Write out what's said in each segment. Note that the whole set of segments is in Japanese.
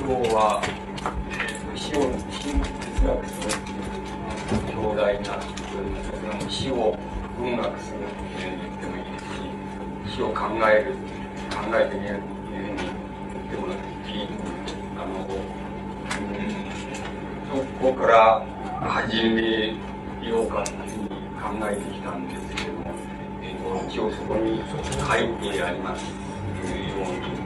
は、死を哲学するっていう強大な、死を文学するっていうふうに言ってもいいですし、死を考えてみるっていうふうに言ってもいい。そこから始めようかというふうに考えてきたんですけれども、一応そこに書いてありますように、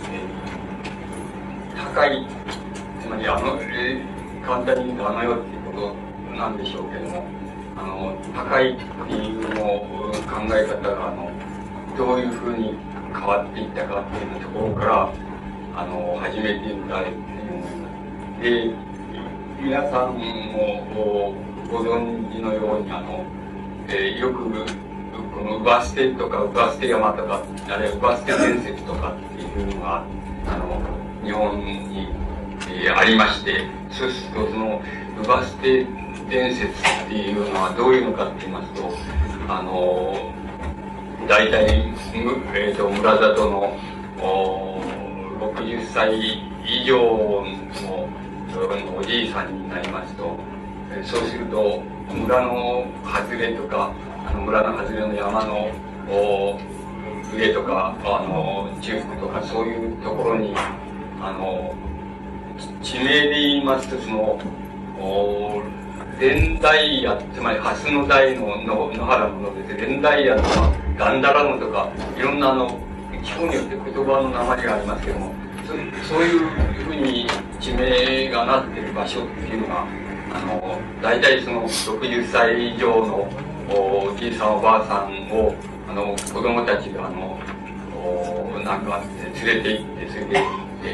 高い、つまり簡単に言うとよっていうことなんでしょうけども、高いっていうのを考え方がどういうふうに変わっていったかっていうところから始めていたいと思います。で、皆さんもご存知のようによくこのウバステとかウバステ山とかあるいはウバステ伝説とかっていうのが日本に、ありまして、そうするとそのウバステ伝説っていうのはどういうのかって言いますと、大体、村里の60歳以上のおじいさんになりますと、そうすると村の外れとか村の外れの山の上とか中腹とかそういうところに地名で言いますとその蓮台屋、つまり蓮の台の野原ののですね、蓮台屋とかガンダラムとかいろんな地方によって言葉の名前がありますけども、そういうふうに地名がなっている場所っていうのが大体その60歳以上のおじいさんおばあさんを子供たちがなんか連れて行ってそれで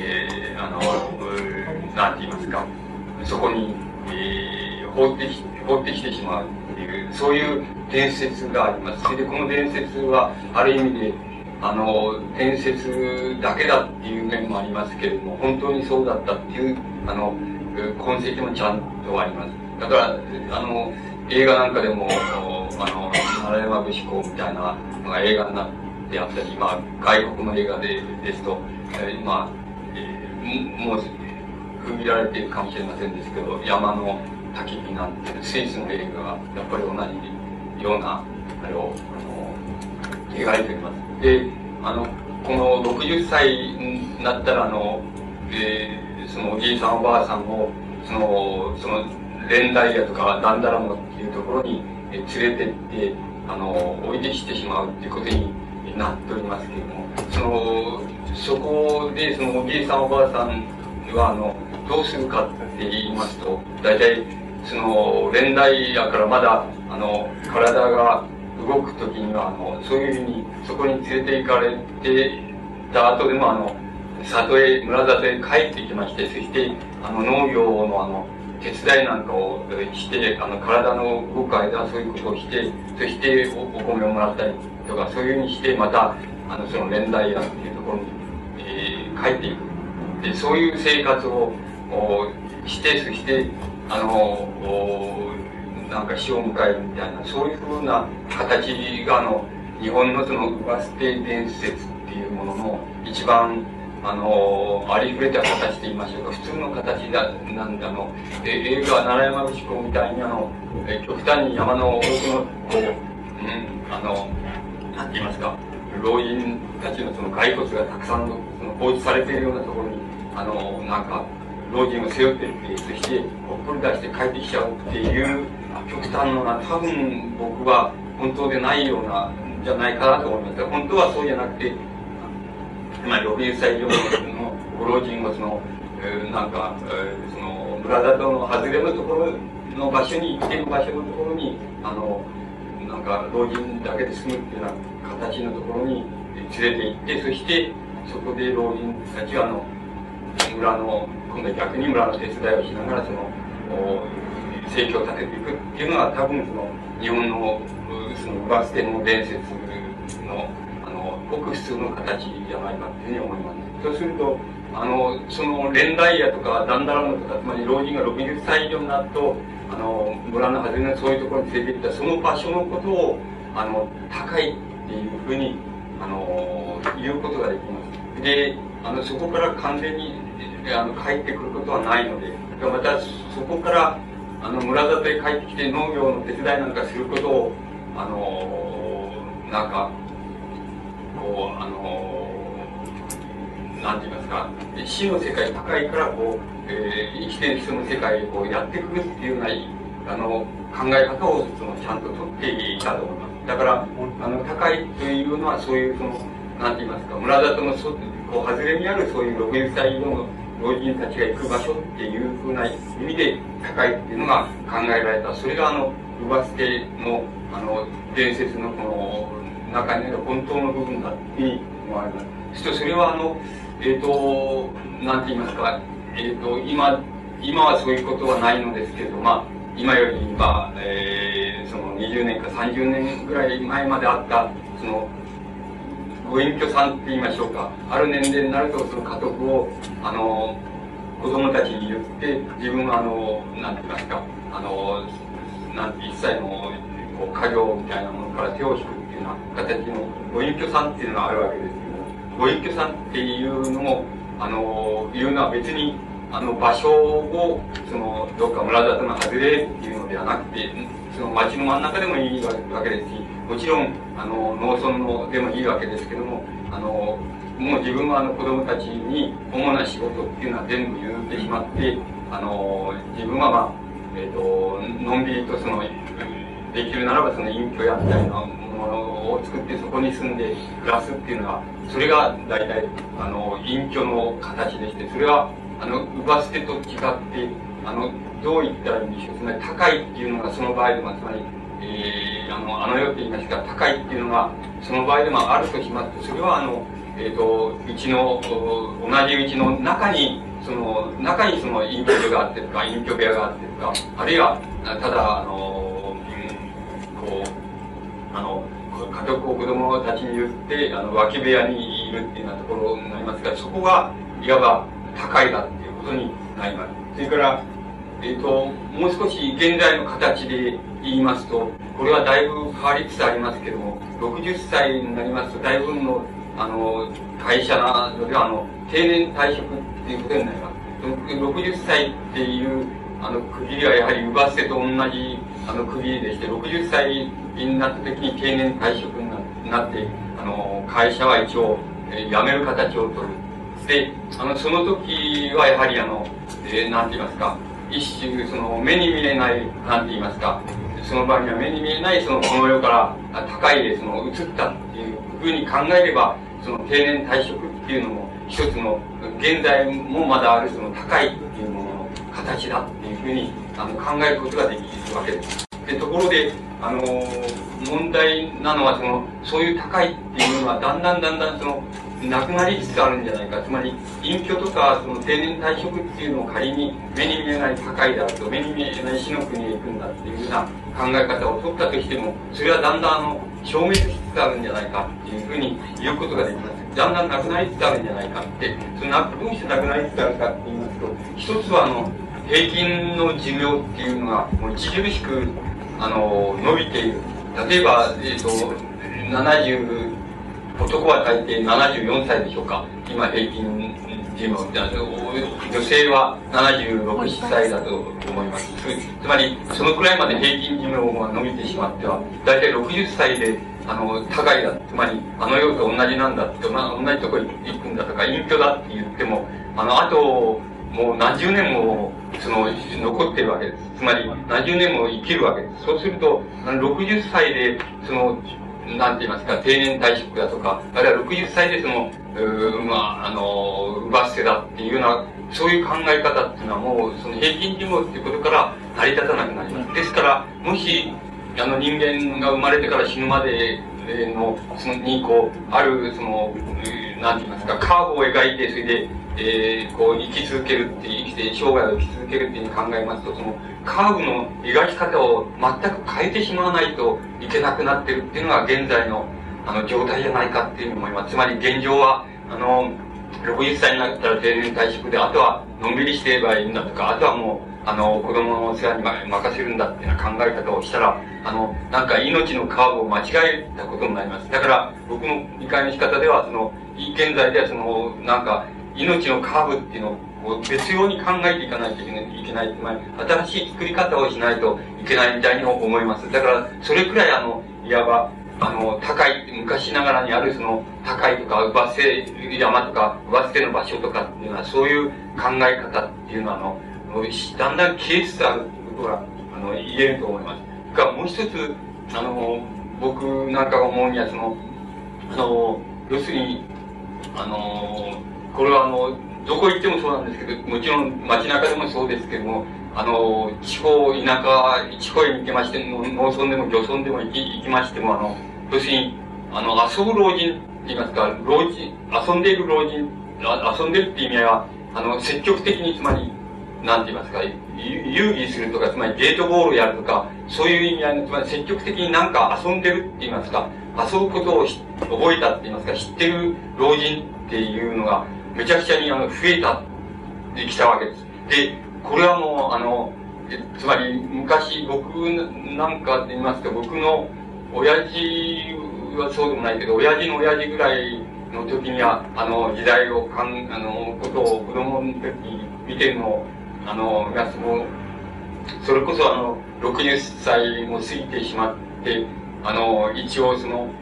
なんて言いますか、そこに、放ってきてしまうっていうそういう伝説があります。それでこの伝説はある意味で伝説だけだっていう面もありますけれども、本当にそうだったっていう痕跡もちゃんとあります。だから映画なんかでも奈良山節子みたいなのが映画になってあったり、外国の映画ですと、もう区切られているかもしれませんですけど、山の焚き火なんてスイスの映画がやっぱり同じようなあれを描いております。でこの60歳になったらそのおじいさんおばあさんをその蓮台屋とかダンダラモっていうところに連れてって置いてきてしまうっていうことになっておりますけれども、そこでそのおじいさんおばあさんはどうするかって言いますと、大体その蓮台屋からまだ体が動くときにはそういうふうにそこに連れて行かれてた後でも村里へ帰ってきまして、そして農業の手伝いなんかをして体の動く間はそういうことをして、そしてお米をもらったりとかそういうふうにしてまたその蓮台屋っていうところに、帰っていく。でそういう生活をして、そしてなんか死を迎えるみたいなそういうふうな形が日本のそのウバステ伝説っていうものの一番ありふれた形と言いましょうか、普通の形なんで映画奈良山節子みたいに極端に山の奥のなんて言いますか、老人たちのその骸骨がたくさん放置されているようなところになんか老人を背負っていって、そしてほっぽり出して帰ってきちゃうっていう極端な多分僕は本当でないようなじゃないかなと思いますが、本当はそうじゃなくて60歳以上のご老人をなんかその村里の外れのところの場所に行っている場所のところになんか老人だけで住むっていうような形のところに連れて行って、そしてそこで老人たちは村の今度は逆に村の手伝いをしながら生計を立てていくっていうのが多分日本のそのウバステの伝説のごく普通の形じゃないかっていうふうに思います。そうするとその蓮台屋とかダンダラムとか、つまり老人が60歳以上になると村の外れのそういうところに連れて行ったその場所のことを高いっていうふうに言うことができます。でそこから完全に帰ってくることはないので、またそこから、村里へ帰ってきて農業の手伝いなんかすることを、なんか、こう、なんて言いますか、死の世界高いから、こう、生きている人の世界をこうやってくるっていうような、考え方をちゃんと取っていたと思います。だから、高いというのはそういうなんて言いますか、村里のこう、外れにあるそういう60歳以上の老人たちが行く場所っていうふうな意味で高いっていうのが考えられた。それが乳母助の、伝説のこの中にある本当の部分だって思われます。それはなんて言いますか、今はそういうことはないのですけれど、今より、その20年か30年ぐらい前まであった、ご隠居さんって言いましょうか。ある年齢になると、その家督を、子供たちに言って、自分はなんて言いますか、一切の、こう、家業みたいなものから手を引くっていうような形の、ご隠居さんっていうのがあるわけですけど、ご隠居さんっていうのも、いうのは別に、場所を、どっか村里の外れっていうのではなくて、町の真ん中でもいいわけですし、もちろん、農村のでもいいわけですけども、もう自分は子供たちに主な仕事っていうのは全部譲ってしまって、自分はのんびりとできるならば隠居やみたいなものを作ってそこに住んで暮らすっていうのは、それが大体、隠居の形でして、それは、乳母捨てと違って、どう言ったらいいんでしょう。つまり高いっていうのがその場合でも、つまり、世って言いますか、高いっていうのがその場合でもあるとしますと、それはうちの、同じうちの中に、中に隠居所があってとか、隠居部屋があってとか、あるいは、ただ、家族を子供たちに言って、脇部屋にいるっていうようなところになりますが、そこが、いわば、高いだっていうことになります。それから、もう少し現在の形で言いますと、これはだいぶ変わりつつありますけども、60歳になりますと、大部分の、会社などでは、定年退職っていうことになります。60歳っていう、区切りはやはり、乳母捨てと同じ、区切りでして、60歳になった時に定年退職になって、会社は一応、辞める形を取る。で、その時はやはりなんて言いますか、一種、目に見えない、なんて言いますか、その場合には目に見えない、この世から高いで、移ったっていうふうに考えれば、定年退職っていうのも、一つの、現在もまだある、高いっていうものの形だっていうふうに、考えることができるわけです。で、ところで、問題なのは、そういう高いっていうのは、だんだん、なくなりつつあるんじゃないか。つまり、隠居とか、定年退職っていうのを仮に目に見えない高いだと、目に見えない死の国へ行くんだっていうような考え方を取ったとしても、それはだんだん消滅しつつあるんじゃないかっていうふうに言うことができます。だんだんなくなりつつあるんじゃないかって、どうしてなくなりつつあるかって言いますと、一つは平均の寿命っていうのが、もう著しく、伸びている。例えば、男は大抵74歳でしょうか。今平均寿命って、女性は76、7歳だと思います。つまり、そのくらいまで平均寿命が伸びてしまっては、大体60歳で、高いだ。つまり、世と同じなんだって、同じとこ行くんだとか、隠居だって言っても、あと、もう何十年も、残ってるわけです。つまり、何十年も生きるわけです。そうすると、60歳で、なんて言いますか、定年退職だとか、あるいは60歳で乳母捨てだっていうような、そういう考え方っていうのはもう、平均寿命っていうことから成り立たなくなります。ですから、もし、人間が生まれてから死ぬまでの、ある、なんて言いますか、カーブを描いて、それで、生き続けるって、生きて生涯を生き続けるっていうふうに考えますと、カーブの描き方を全く変えてしまわないといけなくなってるっていうのが現在の、状態じゃないかっていうふうに思います。つまり現状は、60歳になったら定年退職で、あとはのんびりしてればいいんだとか、あとはもう、子供のお世話に任せるんだっていうような考え方をしたら、なんか命のカーブを間違えたことになります。だから、僕の理解の仕方では、現在ではなんか、命のカーブっていうのを別様に考えていかないといけない。つまり、新しい作り方をしないといけないみたいに思います。だから、それくらいいわば、高い、昔ながらにある高いとか、上瀬山とか、上瀬の場所とかっていうのは、そういう考え方っていうのは、だんだん消えつつあるっていうことが、言えると思います。それからもう一つ、僕なんかが思うには、要するに、これはどこ行ってもそうなんですけど、もちろん街中でもそうですけども、地方、田舎、地方へ行きまして、農村でも漁村でも行きましても、要するに、遊ぶ老人って言いますか、遊んでいる老人、遊んでるっていう意味合いは、積極的に、つまり、なんて言いますか、遊戯するとか、つまりゲートボールやるとか、そういう意味合いの、つまり積極的になんか遊んでるって言いますか、遊ぶことを覚えたって言いますか、知ってる老人っていうのが、めちゃくちゃに増えたってきたわけです。で、これはもう、つまり昔僕なんかで言いますと、僕の親父はそうでもないけど、親父の親父ぐらいの時には、時代をことを子供の時に見てるのを、やつも、それこそ60歳も過ぎてしまって、一応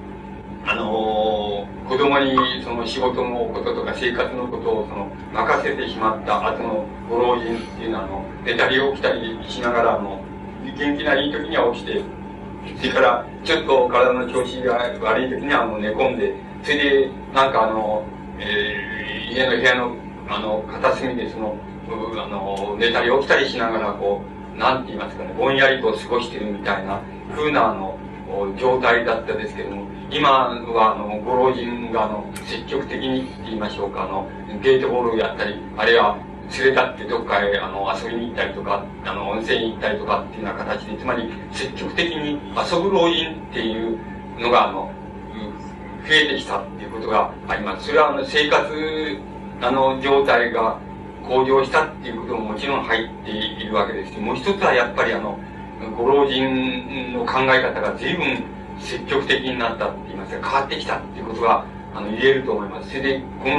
子供に仕事のこととか生活のことを任せてしまった後のご老人っていうのは寝たり起きたりしながら元気ないい時には起きて、それからちょっと体の調子が悪い時には寝込んで、それでなんか家の部屋の片隅で寝たり起きたりしながらなんて言いますかね、ぼんやりと過ごしてるみたいな風な状態だったですけども、今はご老人が積極的にって言いましょうか、ゲートボールをやったり、あるいは連れ立ってどっかへ遊びに行ったりとか、温泉に行ったりとかっていうような形で、つまり積極的に遊ぶ老人っていうのが増えてきたっていうことがあります。それは生活状態が向上したっていうことももちろん入っているわけですし、もう一つはやっぱりご老人の考え方が随分積極的になったって言いますか、変わってきたっていうことが言えると思います。それで、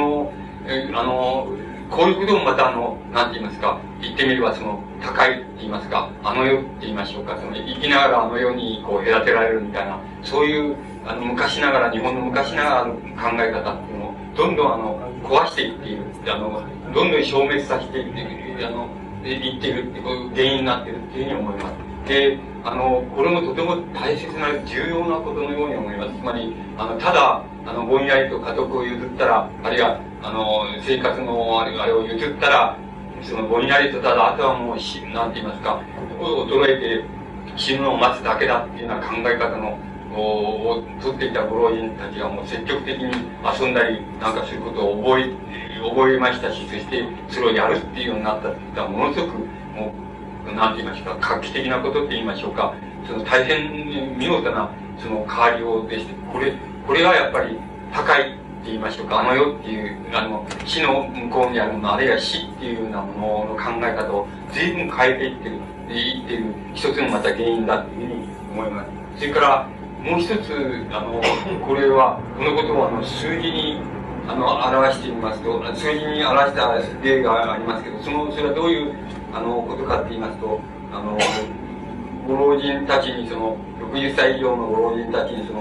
こういうこともまたなんて言いますか、言ってみれば高いって言いますか、世って言いましょうか、生きながら世に隔てられるみたいな、そういう昔ながら、日本の昔ながらの考え方っていうのをどんどん壊していっている、どんどん消滅させていっているっていう原因になっているっていうふうに思います。で、これもとても大切な重要なことのように思います。つまり、ただ、ぼんやりと家督を譲ったら、あるいは、生活のあれを譲ったら、ぼんやりとただ、あとはもうなんて言いますか、衰えて死ぬのを待つだけだっていうような考え方を取っていたご老人たちがもう積極的に遊んだりなんかすることを覚えましたし、そしてそれをやるっていうようになったって言ったら、ものすごくもう、なんて言いましょうか、画期的なことって言いましょうか、大変見事な変わりようでして、これはやっぱり高いって言いましょうか、世っていう、死の向こうにあるもの、あるいは死っていうようなものの考え方を随分変えていってる一つのまた原因だというふうに思います。それから、もう一つ、このことを数字に、表してみますと、数字に表した例がありますけど、それはどういう、ことかって言いますと、ご老人たちに60歳以上のご老人たちに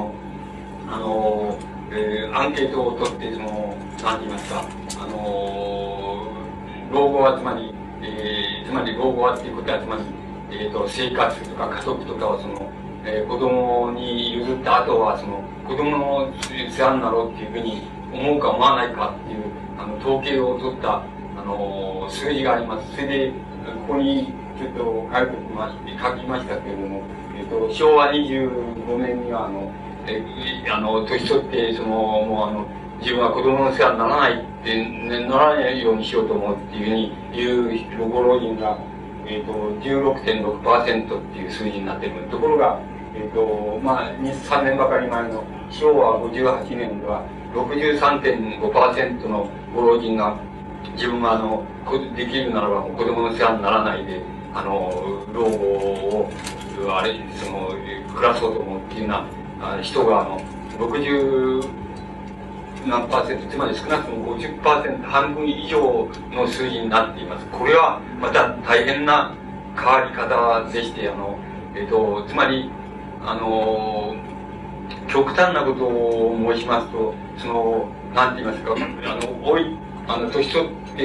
アンケートを取って、なんて言いますか、老後はつまり老後はっていうことは、つまり、生活とか家族とかを子供に譲った後は、子供の世話になろうっていうふうに思うか思わないかっていう、統計を取った、数字があります。それで、ここにちょっと書きましたけれども、昭和25年には、年取って、もう自分は子供の世話にならないって、ならないようにしようと思うっていうふうに言うご老人が、16.6% っていう数字になっている。ところが、3年ばかり前の昭和58年では 63.5% のご老人が自分はできるならば子供の世話にならないで、老後を、暮らそうと思うっていうような人が、60 何パーセント、つまり少なくとも 50%、半分以上の数字になっています。これはまた大変な変わり方でして、つまり、極端なことを申しますと、なんて言いますか、年取って、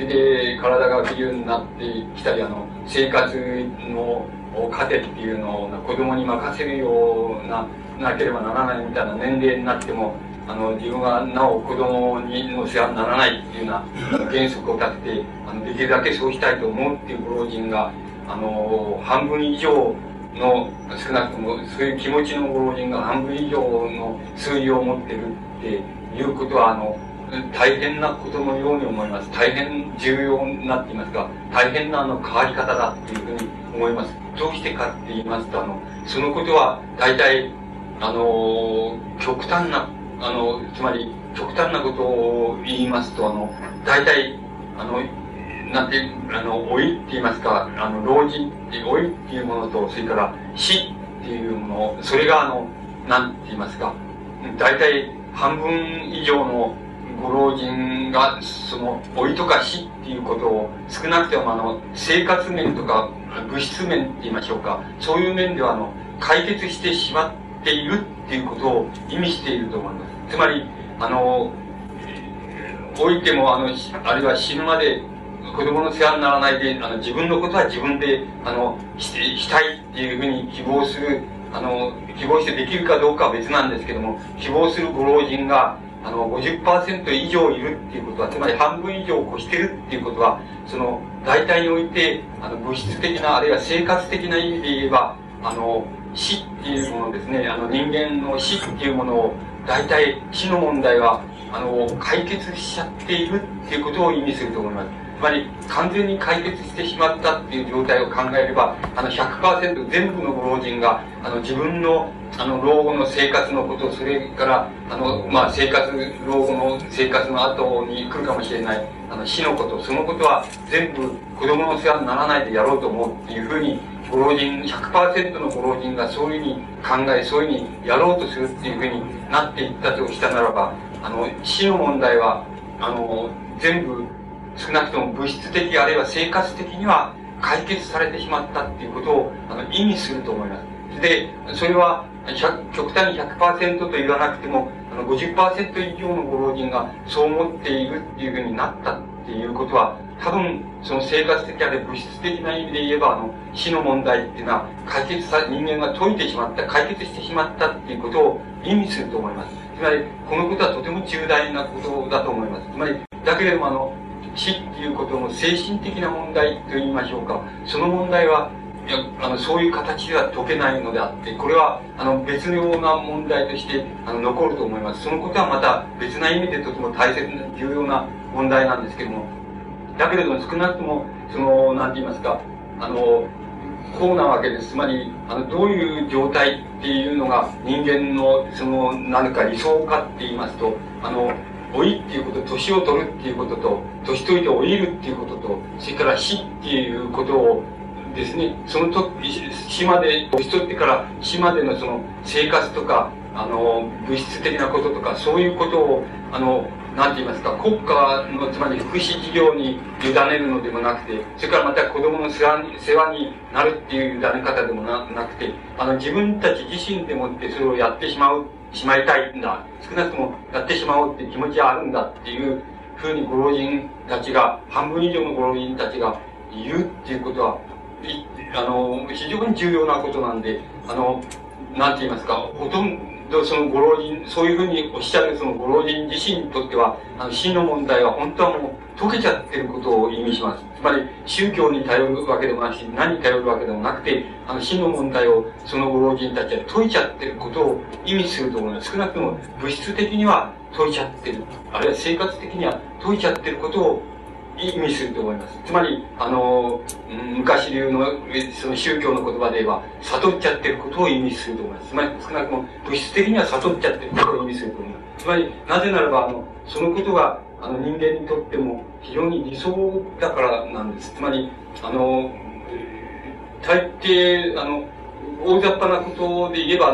で、体が不自由になってきたり、生活の糧っていうのを子供に任せるようなければならないみたいな年齢になっても、自分はなお子供の世話にならないっていうような原則を立てて、できるだけそうしたいと思うっていうご老人が、半分以上の、少なくともそういう気持ちのご老人が半分以上の数字を持ってるっていうことは、大変なことのように思います。大変重要になっていますが、大変な変わり方だっていうふうに思います。どうしてかって言いますと、そのことは大体、極端な、つまり極端なことを言いますと、大体、なんて、老いって言いますか、老人って、老いっていうものと、それから死っていうもの、それがなんて言いますか、大体半分以上のご老人が、老いとか死っていうことを、少なくても生活面とか物質面って言いましょうか、そういう面では解決してしまっているっていうことを意味していると思います。つまり、老いても、あるいは死ぬまで、子供の世話にならないで、自分のことは自分で、したいっていうふうに希望する、希望してできるかどうかは別なんですけども、希望するご老人が、50% 以上いるっていうことは、つまり半分以上を越してるっていうことは、大体において、物質的な、あるいは生活的な意味で言えば、死っていうものですね、人間の死っていうものを、大体死の問題は、解決しちゃっているっていうことを意味すると思います。つまり、完全に解決してしまったっていう状態を考えれば、100% 全部のご老人が、自分の、老後の生活のこと、それから、老後の生活の後に来るかもしれない、死のこと、そのことは全部子供の世話にならないでやろうと思うっていうふうに、ご老人、100% のご老人がそういうふうに考え、そういうふうにやろうとするっていうふうになっていったとしたならば、死の問題は、全部、少なくとも物質的あるいは生活的には解決されてしまったっていうことを意味すると思います。で、それは極端に 100% と言わなくても50% 以上のご老人がそう思っているっていうふうになったっていうことは多分その生活的あるいは物質的な意味で言えば死の問題っていうのは人間が解いてしまった解決してしまったっていうことを意味すると思います。つまりこのことはとても重大なことだと思います。つまりだけれども死っていうことの精神的な問題と言いましょうか。その問題は、そういう形では解けないのであって、これは、別のような問題として、残ると思います。そのことはまた別な意味でとても大切な、重要な問題なんですけども、だけれども少なくとも、なんて言いますか、こうなわけです。つまり、どういう状態っていうのが人間の、何か理想かって言いますと、老いっていうこと、年を取るっていうことと、年取りて老いるっていうことと、それから死っていうことをですね、死まで、年取ってから死までの生活とか、物質的なこととか、そういうことを、なんて言いますか、国家の、つまり福祉事業に委ねるのでもなくて、それからまた子供の世話になるっていう委ね方でもなくて、自分たち自身でもってそれをやってしまいたいんだ。少なくともやってしまおうっていう気持ちがあるんだっていうふうにご老人たちが、半分以上のご老人たちが言うっていうことは、非常に重要なことなんで、なんて言いますか、ほとんどそのご老人、そういうふうにおっしゃるそのご老人自身にとっては、死の問題は本当はもう解けちゃってることを意味します。つまり、宗教に頼るわけでもなし、何に頼るわけでもなくて、死の問題をそのご老人たちは解いちゃってることを意味すると思います。少なくとも物質的には解いちゃってる。あるいは生活的には解いちゃってることを意味すると思います。つまり、昔流のその宗教の言葉で言えば、悟っちゃってることを意味すると思います。つまり、少なくとも物質的には悟っちゃってることを意味すると思います。つまり、なぜならば、そのことが、人間にとっても非常に理想だからなんです。つまり、大抵、大雑把なことで言えば、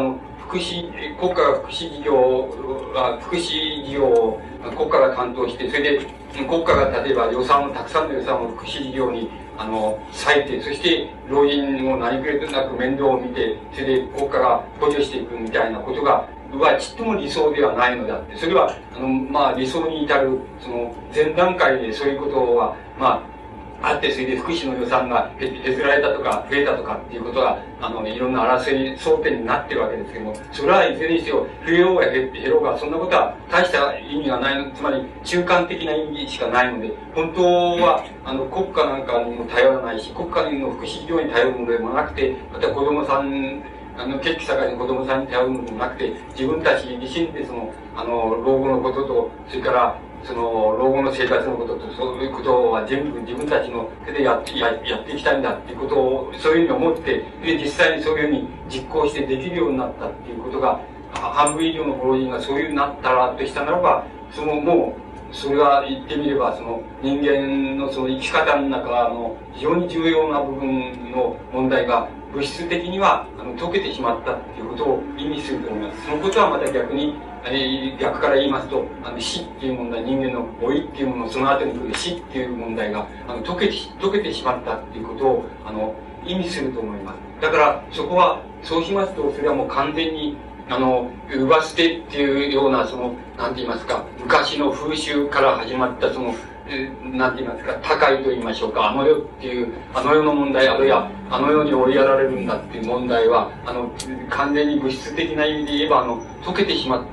国家が福祉事業を国家が担当して、それで国家が例えばたくさんの予算を福祉事業に割いて、そして老人を何くれとなく面倒を見て、それで国家が補助していくみたいなことが、ちっとも理想ではないのであって、それは、理想に至る、前段階でそういうことは、あって、それで福祉の予算が削られたとか、増えたとかっていうことが、いろんな争い、争点になってるわけですけども、それはいずれにせよ、増えようが減ろうが、そんなことは大した意味がないの、つまり中間的な意味しかないので、本当は、国家なんかにも頼らないし、国家の福祉事業に頼るのでもなくて、また子供さん、血気盛りの子供さんに頼るのでもなくて、自分たち自身で老後のことと、それから、老後の生活のことと、そういうことは全部自分たちの手でやっていきたいんだっていうことを、そういうふうに思って、で、実際にそういうふうに実行してできるようになったっていうことが、半分以上の老人がそういうふうになったらとしたならば、もう、それは言ってみれば、人間の生き方の中の非常に重要な部分の問題が、物質的には解けてしまったっていうことを意味すると思います。そのことはまた逆から言いますと、死っていう問題、人間の老いっていうもの、その後に来る死っていう問題が、解けてしまったっていうことを、意味すると思います。だから、そこは、そうしますと、それはもう完全に、奪捨てっていうような、なんて言いますか、昔の風習から始まった、なんて言いますか、高いと言いましょうか、世っていう、世の問題、あるいは、世に追いやられるんだっていう問題は、完全に物質的な意味で言えば、溶けてしまった。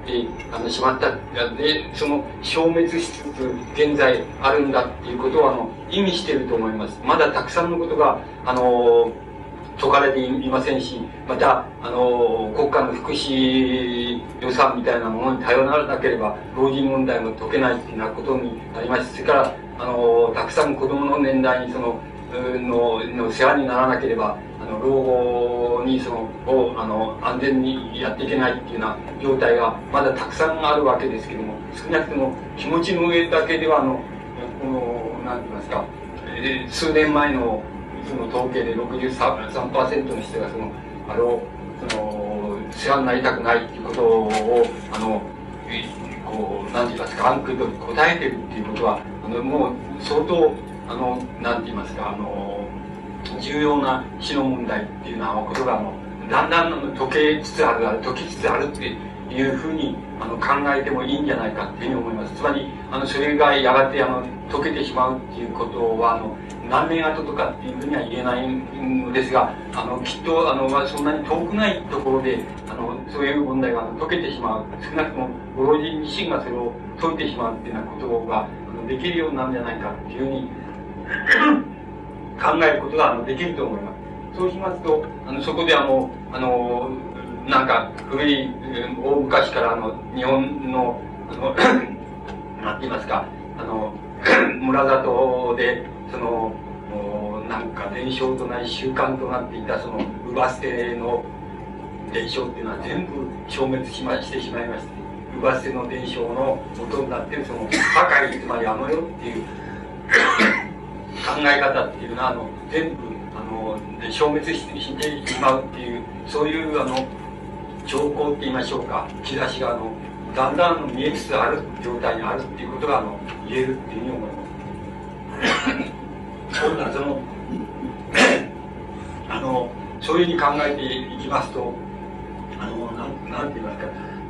で、消滅しつつ、現在あるんだっていうことを、意味していると思います。まだたくさんのことが、解かれていませんし、また、国家の福祉予算みたいなものに頼らなければ、老人問題も解けないっていうようなことになります。それから、たくさん子供の年代にの世話にならなければ、老後に安全にやっていけないっていうような状態がまだたくさんあるわけですけども、少なくとも気持ちの上だけでは、なんて言いますか、数年前の統計で 63% の人が世話になりたくないっていうことをなんて言いますか、アンケートに答えてるっていうことはもう相当なんて言いますか、重要な死の問題っていうようなことがだんだん解きつつあるっていうふうに考えてもいいんじゃないかっていうふうに思います。つまりそれがやがて解けてしまうっていうことは何年後とかっていうふうには言えないのですが、きっとそんなに遠くないところでそういう問題が解けてしまう、少なくともご老人自身がそれを解いてしまうっていうようなことができるようになるんじゃないかっていうふうに考えることができると思います。そうしますとそこでなんか古い大昔から日本のなんて言いますか村里でなんか伝承となり習慣となっていた姥捨ての伝承っていうのは全部消滅してしまいまして、姥捨ての伝承の元になっている破壊、つまり世っていう考え方っていうのは全部消滅してしまうっていう、そういう兆候って言いましょうか、兆しがだんだん見えつつある状態にあるっていうことが言えるっていうふうに思います。そうだそういうふうに考えていきますとなんて言いますか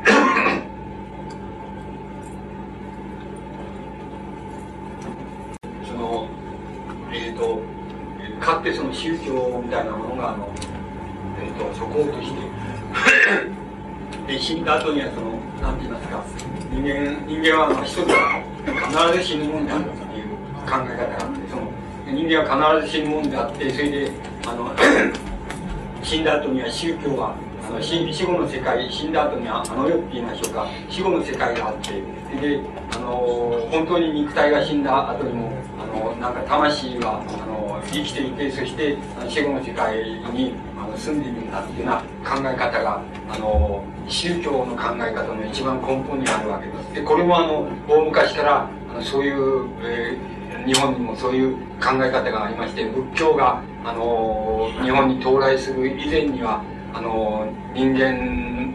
かつて宗教みたいなものがそこをとしてで死んだ後にはなんて言いますか、人間は一つは必ず死ぬもんであるっていう考え方があって、人間は必ず死ぬもんであって、それで死んだ後には宗教は死後の世界、死んだ後には世って言いましょうか、死後の世界があって、で本当に肉体が死んだ後にもなんか魂は生きていて、そして死後の世界に住んでいるんだっていうような考え方が宗教の考え方の一番根本にあるわけです。でこれも大昔からそういう、日本にもそういう考え方がありまして、仏教が日本に到来する以前には人間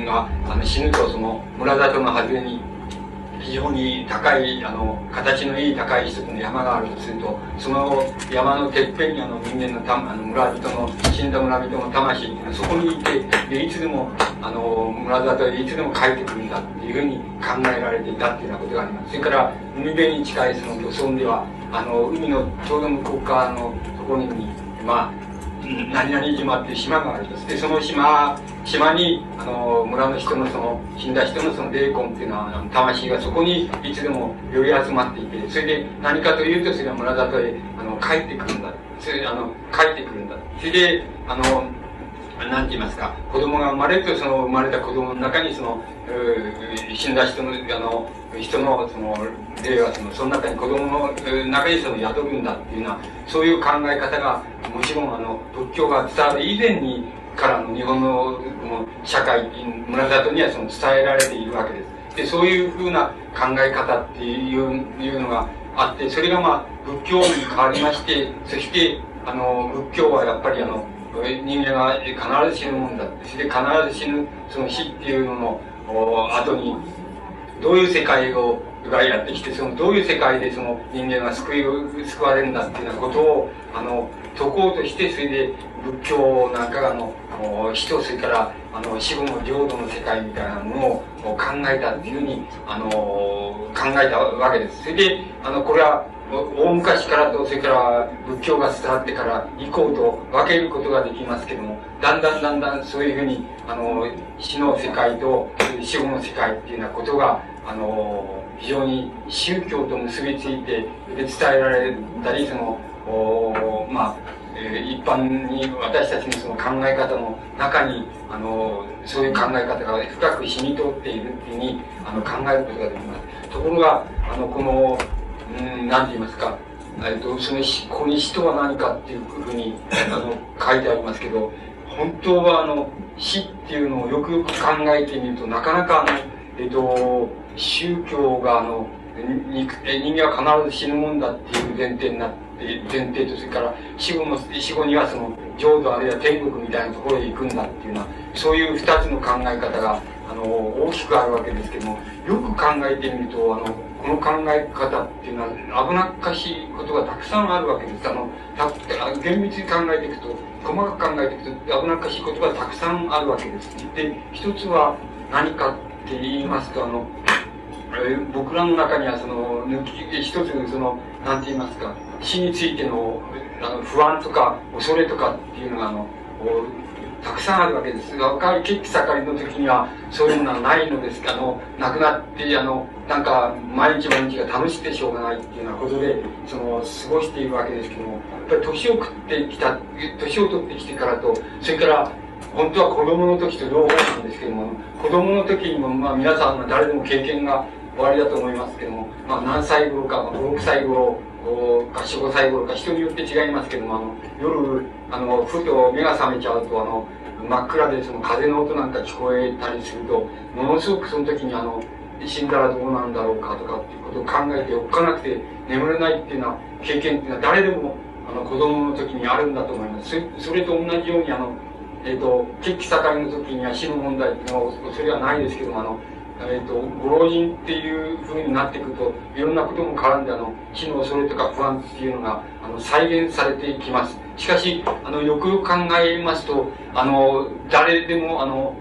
が、死ぬと、その、村里の外れに、非常に高い、形のいい高い一つの山があるとすると、その山のてっぺんに人間の村人の、死んだ村人の魂っていうのはそこにいて、で、いつでも、村里へいつでも帰ってくるんだっていうふうに考えられていたっていうようなことがあります。それから、海辺に近いその漁村では、海のちょうど向こう側のところに、まあ、何々島っていう島があります。で、その島に、村の人のその、死んだ人のその霊魂っていうのは、魂がそこにいつでも寄り集まっていて、それで何かというと、それは村里へ、帰ってくるんだ。それで、帰ってくるんだ。それで、なんて言いますか、子供が生まれると、その生まれた子供の中に、その、死んだ人の、人の、その、霊は、その中に子供の中にその宿るんだっていうような、そういう考え方が、もちろん仏教が伝わる以前にからの日本の、この社会、村里にはその伝えられているわけです。で、そういうふうな考え方っていうのがあって、それがまあ、仏教に変わりまして、そして、仏教はやっぱり人間は必ず死ぬもんだ。それで必ず死ぬ、その死っていうのの後に、どういう世界がやってきて、そのどういう世界でその人間が救われるんだっていうようなことを、説こうとして、それで仏教なんかが死と、それから、死後の浄土の世界みたいなものを考えたっていうふうに、考えたわけです。それで、これは、大昔からと、それから仏教が伝わってから以降と分けることができますけども、だんだんそういうふうに、死の世界と死後の世界っていうようなことが、非常に宗教と結びついて、で伝えられたり、その、まあ、一般に私たちのその考え方の中に、そういう考え方が深く染み通っているっていうふうに、考えることができます。ところが、この、なんて言いますか、ここに死とは何かっていうふうに、書いてありますけど、本当は死っていうのをよくよく考えてみると、なかなか宗教が人間は必ず死ぬもんだっていう前提になって、前提と、それから死後にはその浄土あるいは天国みたいなところへ行くんだっていうのは、そういう二つの考え方が、大きくあるわけですけども、よく考えてみると、この考え方っていうのは危なっかしいことがたくさんあるわけです。厳密に考えていくと、細かく考えていくと危なっかしいことがたくさんあるわけです。で、一つは何かって言いますと、僕らの中には一つなんて言いますか、死についての、不安とか恐れとかっていうのが、たくさんあるわけです。若い血気盛りの時には、そういうものはないのですが、亡くなって、なんか、毎日毎日が楽しくてしょうがないっていうようなことで、過ごしているわけですけども、やっぱり年を取ってきてからと、それから、本当は子供の時と両方なんですけども、子供の時にも、まあ皆さん誰でも経験が終わりだと思いますけども、まあ何歳頃か、5、6歳頃か、4、5歳頃か、人によって違いますけども、夜、ふと目が覚めちゃうと、真っ暗で風の音なんか聞こえたりすると、ものすごくその時に死んだらどうなんだろうかとかっていうことを考えておっかなくて眠れないっていうような経験っていうのは誰でも子供の時にあるんだと思います。それと同じように血気盛りの時には死の問題っていうのはそれはないですけども、ご老人っていう風になっていくと、いろんなことも絡んで死の恐れとか不安っていうのが再現されていきます。しかし、よくよく考えますと、誰でも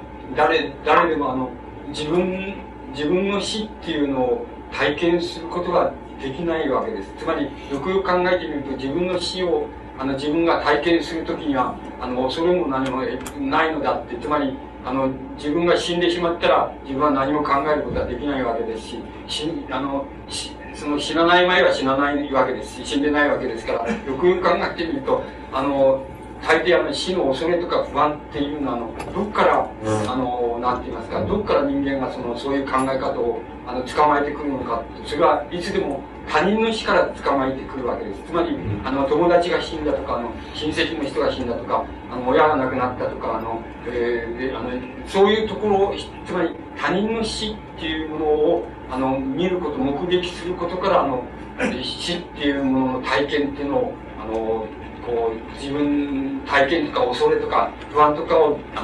自分の死っていうのを体験することができないわけです。つまり、よくよく考えてみると、自分の死を自分が体験するときには、恐れも何もないのであって、つまり、自分が死んでしまったら、自分は何も考えることはできないわけですし、死なない前は死なないわけですし、死んでないわけですから、よくよく考えてみると、大抵死の恐れとか不安っていうのは、どっから、なんて言いますか、どっから人間がそういう考え方を、捕まえてくるのか、それはいつでも他人の死から捕まえてくるわけです。つまり、友達が死んだとか、親戚の人が死んだとか、親が亡くなったとか、そういうところを、つまり他人の死っていうものを、見ること、目撃することから、死っていうものの体験っていうのを、自分、体験とか恐れとか不安とかを、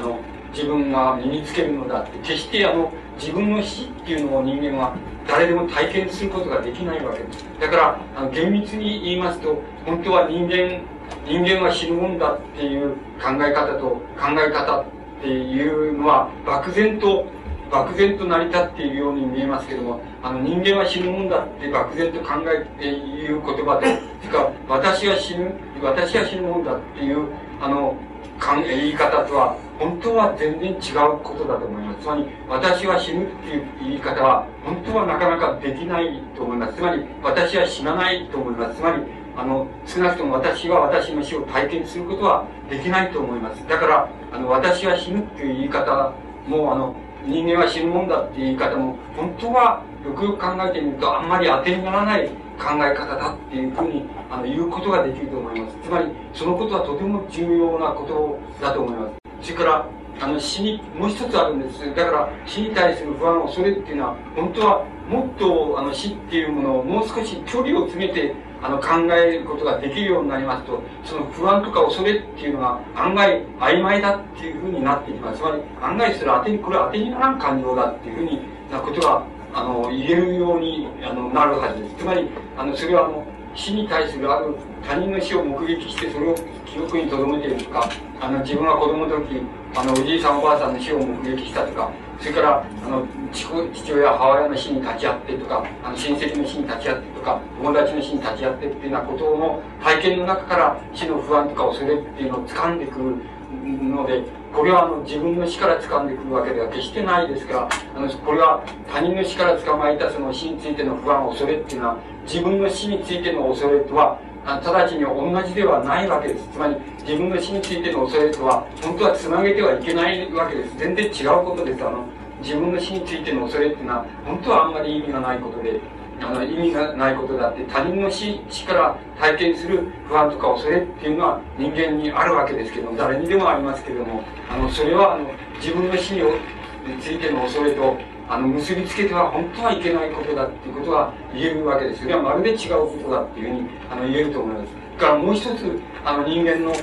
自分が身につけるのだって、決して自分の死っていうのを人間は誰でも体験することができないわけです。だから厳密に言いますと、本当は人間は死ぬもんだっていう考え方っていうのは漠然と成り立っているように見えますけども、人間は死ぬもんだって漠然と考えている言葉と、それから私は死ぬもんだっていう言い方とは本当は全然違うことだと思います。つまり私は死ぬっていう言い方は本当はなかなかできないと思います。つまり私は死なないと思います。つまり少なくとも私は私の死を体験することはできないと思います。だから私は死ぬっていう言い方も人間は死ぬもんだっていう言い方も本当はよくよく考えてみるとあんまり当てにならない考え方だっていうふうに言うことができると思います。つまりそのことはとても重要なことだと思います。それから死にもう一つあるんです。だから死に対する不安恐れっていうのは本当はもっと死っていうものをもう少し距離を詰めて考えることができるようになりますと、その不安とか恐れっていうのが案外曖昧だっていうふうになってきます。つまり案外これは当てにならん感情だっていうふうになことが言えるようになるはずです。つまりそれは死に対するある他人の死を目撃してそれを記憶に留めているとか、自分は子供の時おじいさんおばあさんの死を目撃したとか、それから父親母親の死に立ち会ってとか親戚の死に立ち会ってとか友達の死に立ち会ってっていうようなことの体験の中から死の不安とか恐れっていうのを掴んでくるので、これは自分の死から掴んでくるわけでは決してないですから、これは他人の死から捕まえたその死についての不安恐れっていうのは自分の死についての恐れとは直ちに同じではないわけです。つまり自分の死についての恐れとは本当はつなげてはいけないわけです。全然違うことです。自分の死についての恐れっていうのは本当はあんまり意味がないことで、意味がないことだって、他人の死から体験する不安とか恐れっていうのは人間にあるわけですけども、誰にでもありますけれども、それは自分の死についての恐れと結びつけては本当はいけないことだっていうことが言えるわけです。それはまるで違うことだっていうふうに言えると思います。だからもう一つ人間の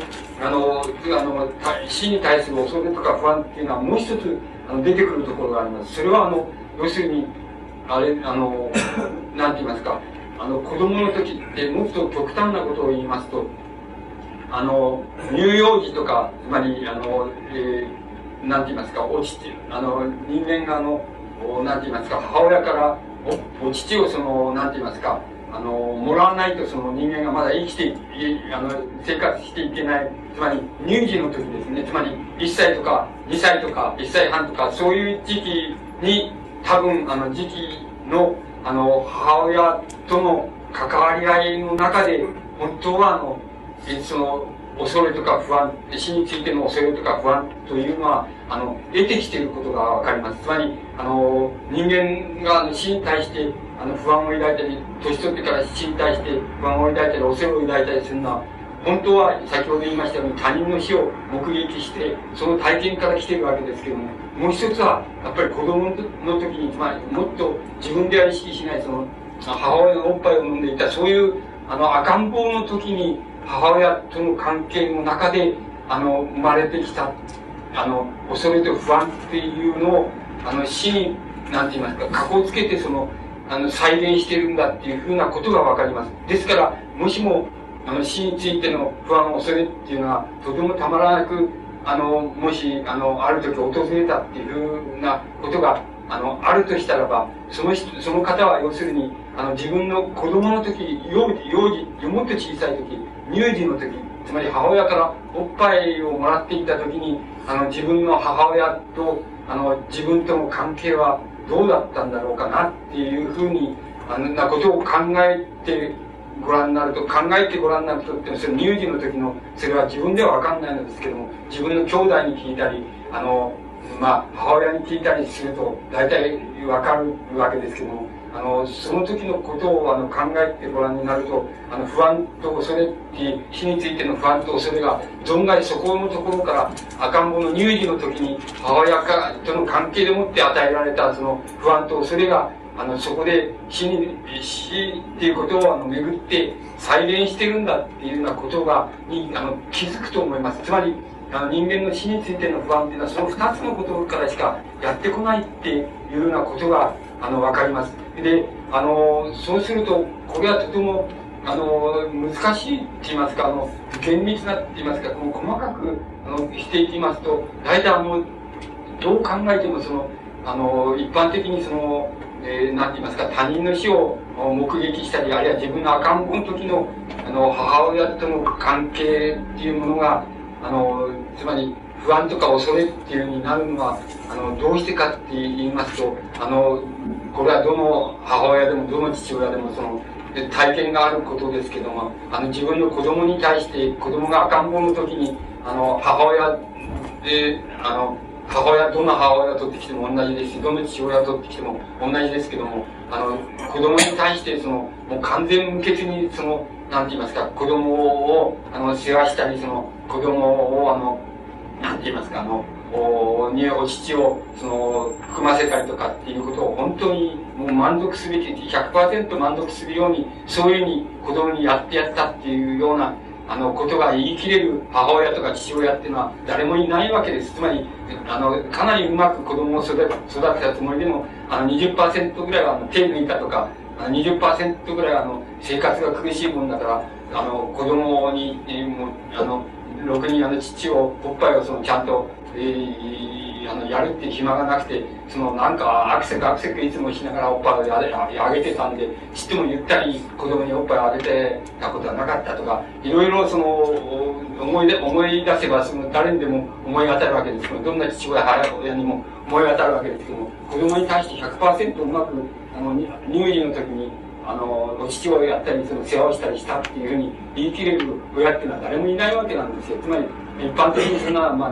死に対する恐れとか不安っていうのはもう一つ出てくるところがあります。それは要するになんて言いますか、子供の時ってもっと極端なことを言いますと、乳幼児とか、つまりなんて言いますか、人間がなんて言いますか、母親からお乳をなんて言いますか、もらわないとその人間がまだ生きて生活していけない、つまり乳児の時ですね。つまり1歳とか2歳とか1歳半とかそういう時期に多分時期の母親との関わり合いの中で本当はその恐れとか不安、死についての恐れとか不安というのは得てきていることがわかります。つまり人間が死に対して不安を抱いたり、年取ってから死に対して不安を抱いたり恐れを抱いたりするのは本当は先ほど言いましたように他人の死を目撃してその体験から来ているわけですけども、もう一つはやっぱり子供の時に、つまりもっと自分では意識しないその母親のおっぱいを飲んでいたそういう赤ん坊の時に母親との関係の中で生まれてきた恐れと不安っていうのを死になんて言いますか、かこつけて再現しているんだっていうふうなことがわかります。ですからもしも死についての不安恐れっていうのはとてもたまらなくもしある時訪れたっていうふうなことがあるとしたらば、その方は要するに自分の子供の時幼児もっと小さい時乳児の時、つまり母親からおっぱいをもらっていた時に自分の母親と自分との関係はどうだったんだろうかなっていうふうになことを考えてご覧になるとってそれ乳児の時のそれは自分では分かんないのですけども、自分の兄弟に聞いたり母親に聞いたりすると大体分かるわけですけども、その時のことを考えてご覧になると不安と恐れって死についての不安と恐れが存外そこのところから赤ん坊の乳児の時に母親との関係でもって与えられたその不安と恐れがそこで死っていうことを巡って再現してるんだっていうようなことに気づくと思います。つまり人間の死についての不安っていうのは、その二つのことからしかやってこないっていうようなことが、わかります。で、そうすると、これはとても、難しいって言いますか、厳密なって言いますか、細かく、していきますと、大体どう考えても一般的になんて言いますか、他人の死を目撃したり、あるいは自分の赤ん坊の時の、母親との関係っていうものが、つまり、不安とか恐れっていうようになるのは、どうしてかって言いますと、これはどの母親でもどの父親でも体験があることですけども、自分の子供に対して、子供が赤ん坊の時に、母親で、どの母親を取ってきても同じですし、どの父親を取ってきても同じですけども、子供に対して、もう完全無欠に、なんて言いますか、子供を、世話したり、子供を、なんて言いますか、お乳を、含ませたりとかっていうことを本当にもう満足すべき、100% 満足するように、そういうふうに子供にやってやったっていうような、ことが言い切れる母親とか父親っていうのは誰もいないわけです。つまり、かなりうまく子供を育てたつもりでも、20% ぐらいは手抜いたとか、20% ぐらいは生活が苦しいもんだから、子供に、ろくに父を、おっぱいをちゃんと、やるっていう暇がなくて、なんか、アクセクいつもしながらおっぱいをあげてたんで、ちっともゆったり子供におっぱいをあげてたことはなかったとか、いろいろ思い出せば、誰にでも思い当たるわけですけど、どんな父親、母親にも思い当たるわけですけども、子供に対して 100% うまく、乳児の時に、お父をやったり、世話をしたりしたっていうふうに言い切れる親っていうのは誰もいないわけなんですよ。つまり、一般的に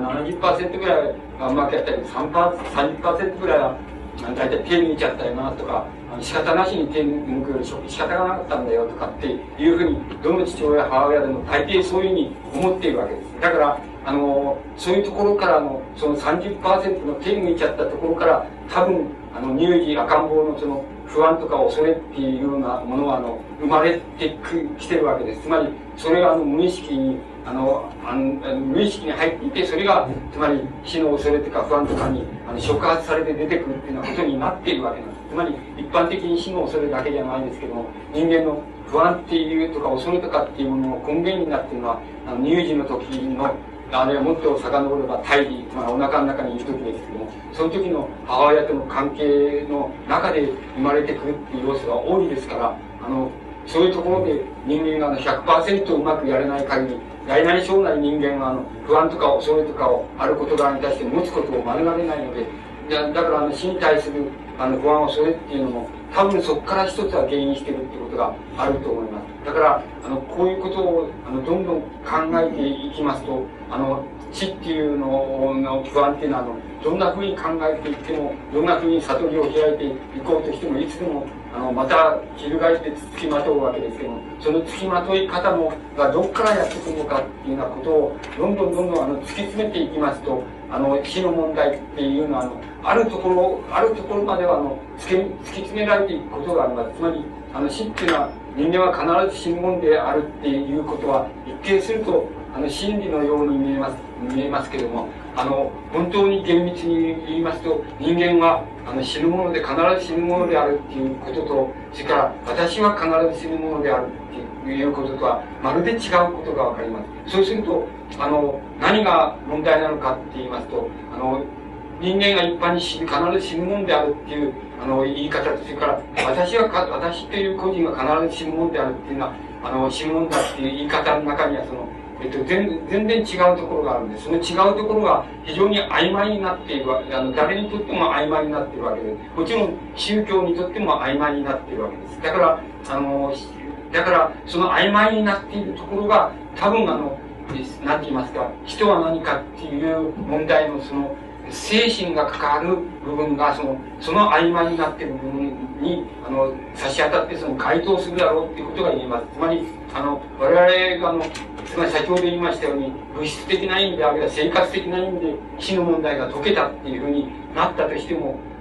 70% ぐらいはうまくやったり、30% ぐらいは、大体手抜いちゃったよな、とか、仕方なしに手抜くより仕方がなかったんだよ、とかっていうふうに、どの父親、母親でも大抵そういうふうに思っているわけです。だから、そういうところからその 30% の手抜いちゃったところから、多分、乳児、赤ん坊の不安とか恐れっていうようなものは、生まれてきてるわけです。つまり、それが無意識に、無意識に入っていて、それが、つまり死の恐れとか不安とかに触発されて出てくるっていうようなことになっているわけなんです。つまり、一般的に死の恐れだけじゃないですけども、人間の不安っていうとか恐れとかっていうものの根源になっているのは、乳児の時の、あるいはもっと遡れば胎児、つまりお腹の中にいる時ですけども、その時の母親との関係の中で生まれてくるっていう要素が多いですから、そういうところで人間が100% うまくやれない限り、大なり小なり人間は不安とか恐れとかをある事柄に対して持つことを免れないので、だから死に対する不安恐れっていうのも多分そこから一つは原因しているってことがあると思います。だからこういうことをどんどん考えていきますと、死っていうのの不安っていうのはどんなふうに考えていっても、どんなふうに悟りを開いていこうとしても、いつでもまた翻って付きまとうわけですけども、その付きまとい方がどこからやってくるのかっていうようなことをどんどん突き詰めていきますと、死の問題っていうのはあるところまでは突き詰められていくことがあります。つまり死っていうのは人間は必ず死ぬもんであるっていうことは一見すると真理のように見えますけれども、本当に厳密に言いますと、人間は死ぬもので必ず死ぬものであるっていうことと、それから私は必ず死ぬものであるっていうこととはまるで違うことがわかります。そうすると何が問題なのかって言いますと、人間が一般に必ず死ぬものであるっていう言い方と、それから私という個人が必ず死ぬものであるっていうのは死ぬものだっていう言い方の中には全然違うところがあるんです。その違うところが非常に曖昧になっている誰にとっても曖昧になっているわけです。もちろん宗教にとっても曖昧になっているわけです。だからその曖昧になっているところが多分なんて言いますか、人は何かっていう問題の精神が関わる部分がその曖昧になっている部分に差し当たって該当するだろうっていうことが言えます。つまり我々がつまり先ほど言いましたように、物質的な意味であるいは生活的な意味で死の問題が解けたっていうふうになったとしても、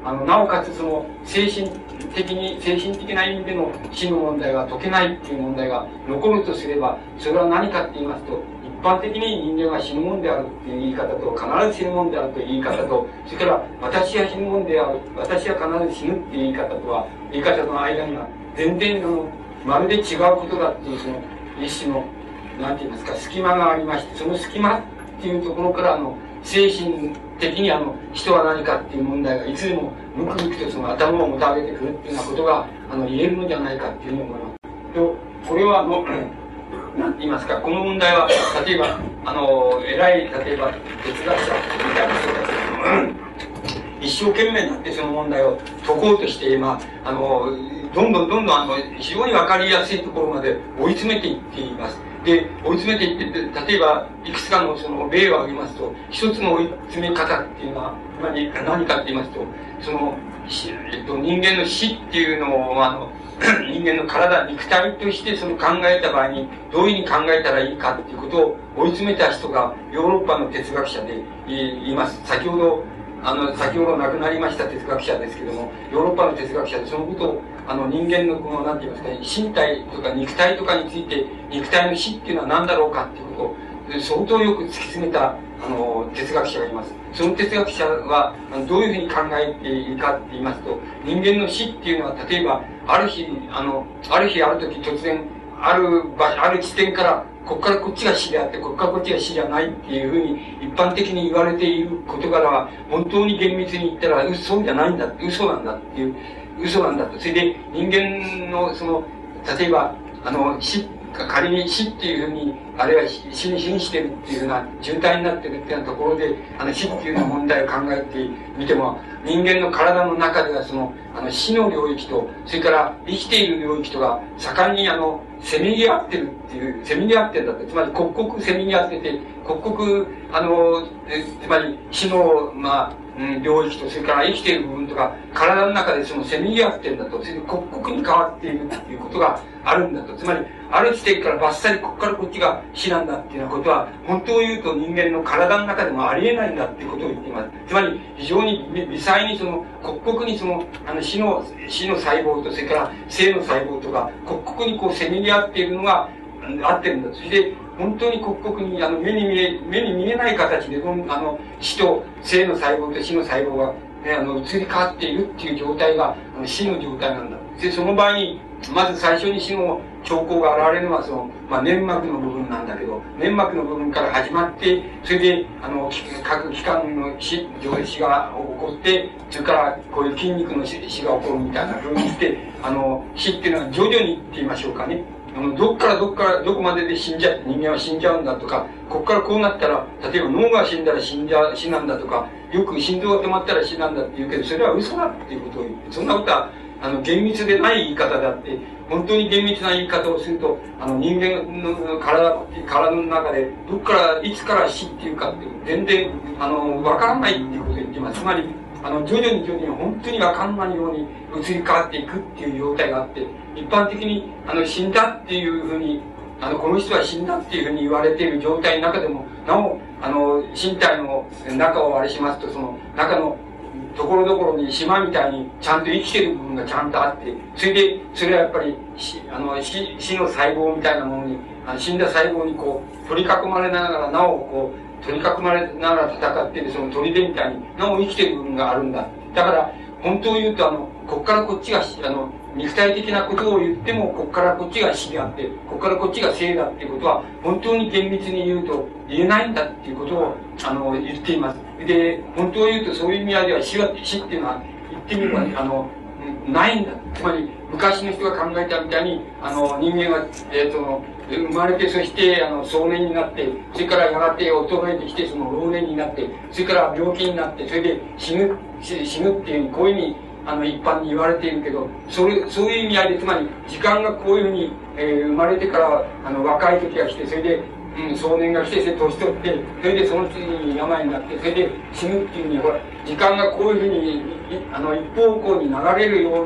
なおかつその、精神的な意味での死の問題が解けないっていう問題が残るとすれば、それは何かって言いますと、一般的に人間は死ぬもんであるっていう言い方と、必ず死ぬもんであるという言い方と、それから私は死ぬもんである、私は必ず死ぬっていう言い方とは、言い方の間には、全然まるで違うことだっていうその、一種の、なんて言いますか、隙間がありまして、その隙間っていうところから精神的に人は何かっていう問題がいつでもむくむくとその頭をもたげてくるっていうようなことが言えるのじゃないかっていうふうに思います。と、これはなんて言いますか、この問題は、例えば、例えば、哲学者みたいな人たち一生懸命になってその問題を解こうとして、どんどん非常にわかりやすいところまで追い詰めていっています。で、追い詰めていって、例えば、いくつかのその例を挙げますと、一つの追い詰め方っていうのは、何かって言いますと、人間の死っていうのを、人間の体、肉体としてその考えた場合に、どういうふうに考えたらいいかっていうことを追い詰めた人がヨーロッパの哲学者でいます。先ほど亡くなりました哲学者ですけども、ヨーロッパの哲学者でそのことを、人間のなんて言いますかね、身体とか肉体とかについて、肉体の死っていうのは何だろうかっていうことを、相当よく突き詰めた、哲学者がいます。その哲学者は、どういうふうに考えていいかって言いますと、人間の死っていうのは、例えば、ある日ある時突然、ある地点から、こっからこっちが死であって、こっからこっちが死じゃないっていうふうに一般的に言われている事柄は、本当に厳密に言ったら嘘じゃないんだ、嘘なんだっていう、嘘なんだと。それで人間の例えば、仮に死っていうふうに、あるいは死に瀕してるっていうふうな渋滞になってるっていうようなところで、死っていうような問題を考えてみても、人間の体の中では死の領域と、それから生きている領域とが盛んにせめぎ合ってるっていう、せめぎ合ってるんだって、つまり刻々せめぎ合ってて、刻々、つまり死の、領域と、それから生きている部分とか、体の中でせめぎ合ってるんだと、それで刻々に変わっているっていうことがあるんだと。つまり、ある地点からバッサリこっからこっちが死なんだっていうようなことは、本当を言うと人間の体の中でもありえないんだっていうことを言っています。つまり、非常に微細に刻々に死の細胞と、それから生の細胞とか、刻々にせめぎ合っているのが、合ってるんだ。そして、本当に刻々に目に見えない形で、死と生の細胞と死の細胞が、移り変わっているっていう状態が、死の状態なんだ。で、その場合に、まず最初に死の兆候が現れるのは粘膜の部分なんだけど、粘膜の部分から始まって、それで、各器官の死が起こって、それからこういう筋肉の死が起こるみたいな風にして、死っていうのは徐々にって言いましょうかね。どこまでで人間は死んじゃうんだとか、こっからこうなったら、例えば脳が死んだら死なんだとか、よく心臓が止まったら死なんだって言うけど、それは嘘だっていうことを言って、そんなことは、厳密でない言い方であって、本当に厳密な言い方をすると、人間の体の中で、いつから死っていうかって、全然、わからないっていうことを言ってます。つまり、徐々に本当にわかんないように移り変わっていくっていう状態があって、一般的に、死んだっていうふうに、この人は死んだっていうふうに言われている状態の中でも、なお、身体の中をあれしますと、中のところどころに島みたいにちゃんと生きてる部分がちゃんとあって、それはやっぱり死の細胞みたいなものに、死んだ細胞に取り囲まれながら、なお取り囲まれながら戦っているその砦みたいに、なお生きてる部分があるんだ。だから、本当を言うと、こっからこっちが肉体的なことを言っても、こっからこっちが死であって、こっからこっちが生だっていうことは、本当に厳密に言うと言えないんだっていうことを、言っています。で、本当を言うとそういう意味合いでは死っていうのは、言ってみれば、ないんだ。つまり、昔の人が考えたみたいに、人間は、生まれて、そして、壮年になって、それからやがて衰えてきて、老年になって、それから病気になって、それで死ぬっていうふうに、こういうふうに、一般に言われているけど、そういう意味合いで、つまり、時間がこういうふうに、生まれてから、若い時が来て、それで、壮年が来て、それで年取って、それでその次に病になって、それで死ぬっていうふうに、ほら、時間がこういうふうに、一方向に流れるような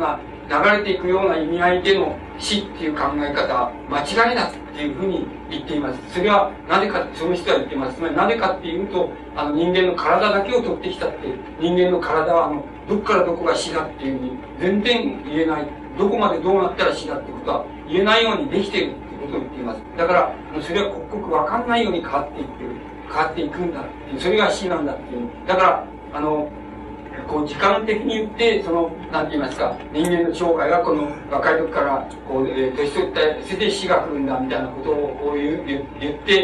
流れていくような意味合いでの死っていう考え方は間違いだっていうふうに言っています。それはなぜか、その人は言っています。つまりなぜかっていうと、人間の体だけを取ってきたって、人間の体はどこからどこが死だっていうふうに全然言えない。どこまでどうなったら死だってことは言えないようにできているってことを言っています。だから、それは刻々わかんないように変わっていってる。変わっていくんだっていう、それが死なんだっていう。だから、時間的に言って、なんて言いますか、人間の生涯がこの若い時から、年取ったら、それで死が来るんだ、みたいなことを言って、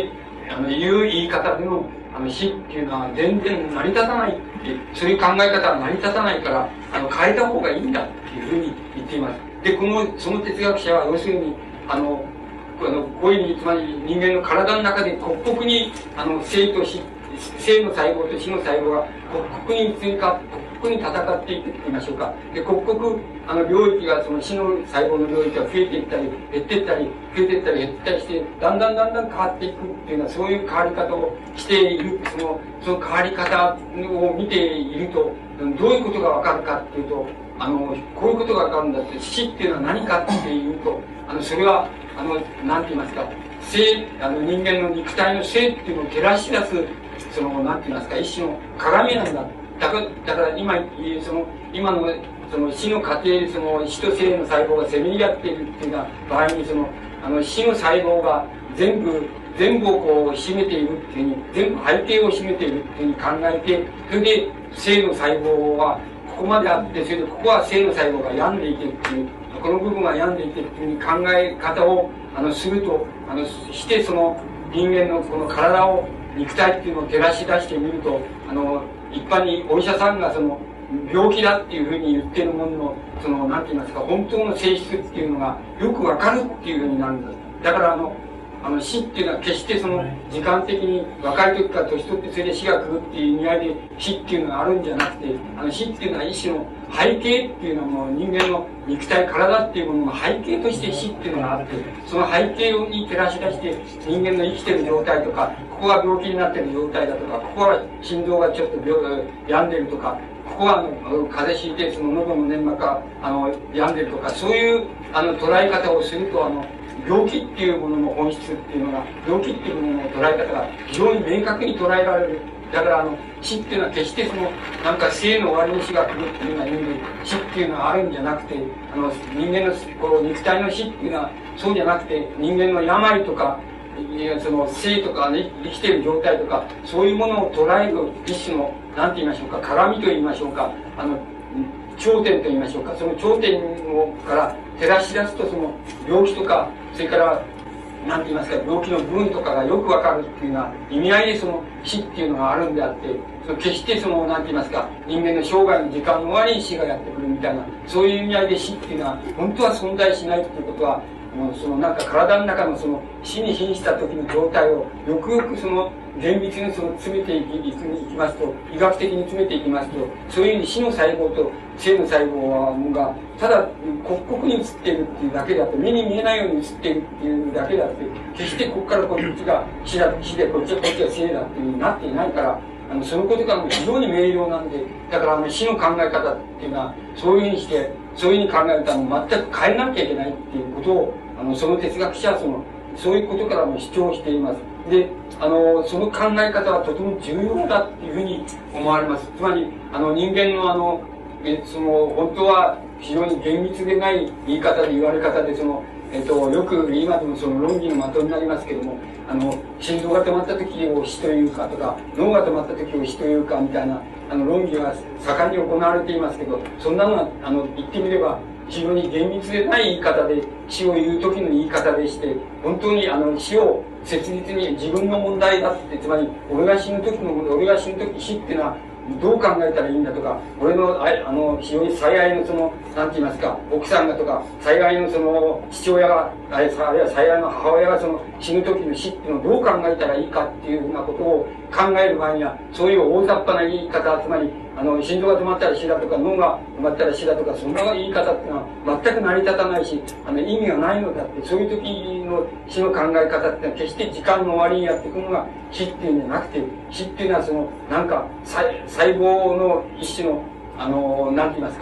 言う言い方での、死っていうのは全然成り立たないって、そういう考え方は成り立たないから、変えた方がいいんだっていうふうに言っています。で、その哲学者は、要するに、こういうふうに、つまり人間の体の中で刻々に、生と死、生の細胞と死の細胞が刻々に追加、刻々に戦っていくって言いましょうか。で、刻々、領域が、その死の細胞の領域が増えていったり、減っていったり、増えていったり、減っていったりして、だんだん変わっていくっていうのは、そういう変わり方をしている。その変わり方を見ていると、どういうことがわかるかっていうと、こういうことがわかるんだって、死っていうのは何かっていうと、それは、なんて言いますか、人間の肉体の生っていうのを照らし出す、なんて言いますか、一種の鏡なんだ。だから今の、死の過程で死と生の細胞がせめぎ合っているっていうような場合に、死の細胞が全部を占めているっていうふうに、全部背景を占めているっていうふうに考えて、それで生の細胞はここまであって、それでここは生の細胞が病んでいてっていう、この部分が病んでいてっていうふうに考え方を、すると、して人間のこの体を、肉体っていうのを照らし出してみると、一般にお医者さんが病気だっていうふうに言ってるものの、なんて言いますか、本当の性質っていうのがよくわかるっていうふうになるんです。だから死っていうのは決して時間的に若い時から年取ってそれで死が来るっていう意味合いで死っていうのがあるんじゃなくて、死っていうのは一種の背景っていうのも人間の肉体、体っていうものの背景として死っていうのがあって、その背景に照らし出して人間の生きてる状態とか、ここが病気になってる状態だとか、ここは心臓がちょっと病んでるとか、ここは風邪ひいて喉の粘膜が病んでるとか、そういう捉え方をすると病気っていうものの本質っていうのが、病気っていうものの捉え方が非常に明確に捉えられる。だから死っていうのは決してなんか生の終わりに死が来るっていうような意味で死っていうのはあるんじゃなくて、人間の肉体の死っていうのはそうじゃなくて、人間の病とか、生とか、ね、生きている状態とか、そういうものを捉える一種の、なんて言いましょうか、鏡と言いましょうか、頂点と言いましょうか、その頂点から照らし出すと病気とか、それから、なんて言いますか、病気の部分とかがよくわかるっていうような意味合いで死っていうのがあるんであって、決してなんて言いますか、人間の生涯の時間の終わりに死がやってくるみたいな、そういう意味合いで死っていうのは、本当は存在しないっていうことは、なんか体の中の死に瀕した時の状態をよくよく厳密に詰めていきますと、医学的に詰めていきますと、そういうふうに死の細胞と生の細胞がただ刻々に映っているっていうだけであって、目に見えないように映っているっていうだけであって、決してここからこっちが死でこっちが生だっていうふうになっていないから、そのことが非常に明瞭なんで、だから死の考え方っていうのはそういうふうにして、そういうふうに考えると全く変えなきゃいけないっていうことをその哲学者はそういうことからも主張しています。で、その考え方はとても重要だっていうふうに思われます。つまり、人間の本当は非常に厳密でない言い方で言われ方で、よく今でも論議の的になりますけども、心臓が止まった時を死というかとか、脳が止まった時を死というかみたいな、論議が盛んに行われていますけど、そんなのは、言ってみれば、非常に厳密でない言い方で、死を言う時の言い方でして、本当に死を切実に自分の問題だって、つまり、俺が死ぬ時死っていうのは、どう考えたらいいんだとか、俺の、非常に最愛のなんて言いますか、奥さんがとか、最愛の父親が、あるいは最愛の母親が死ぬ時の死っていうのをどう考えたらいいかっていうふうなことを考える場合には、そういう大雑把な言い方、つまり、心臓が止まったら死だとか、脳が止まったら死だとか、そんな言い方っていうのは全く成り立たないし、意味がないのだって、そういう時の死の考え方っていうのは決して時間の終わりにやってくるのが死っていうんじゃなくて、死っていうのはなんか細胞の一種の、なんて言いますか、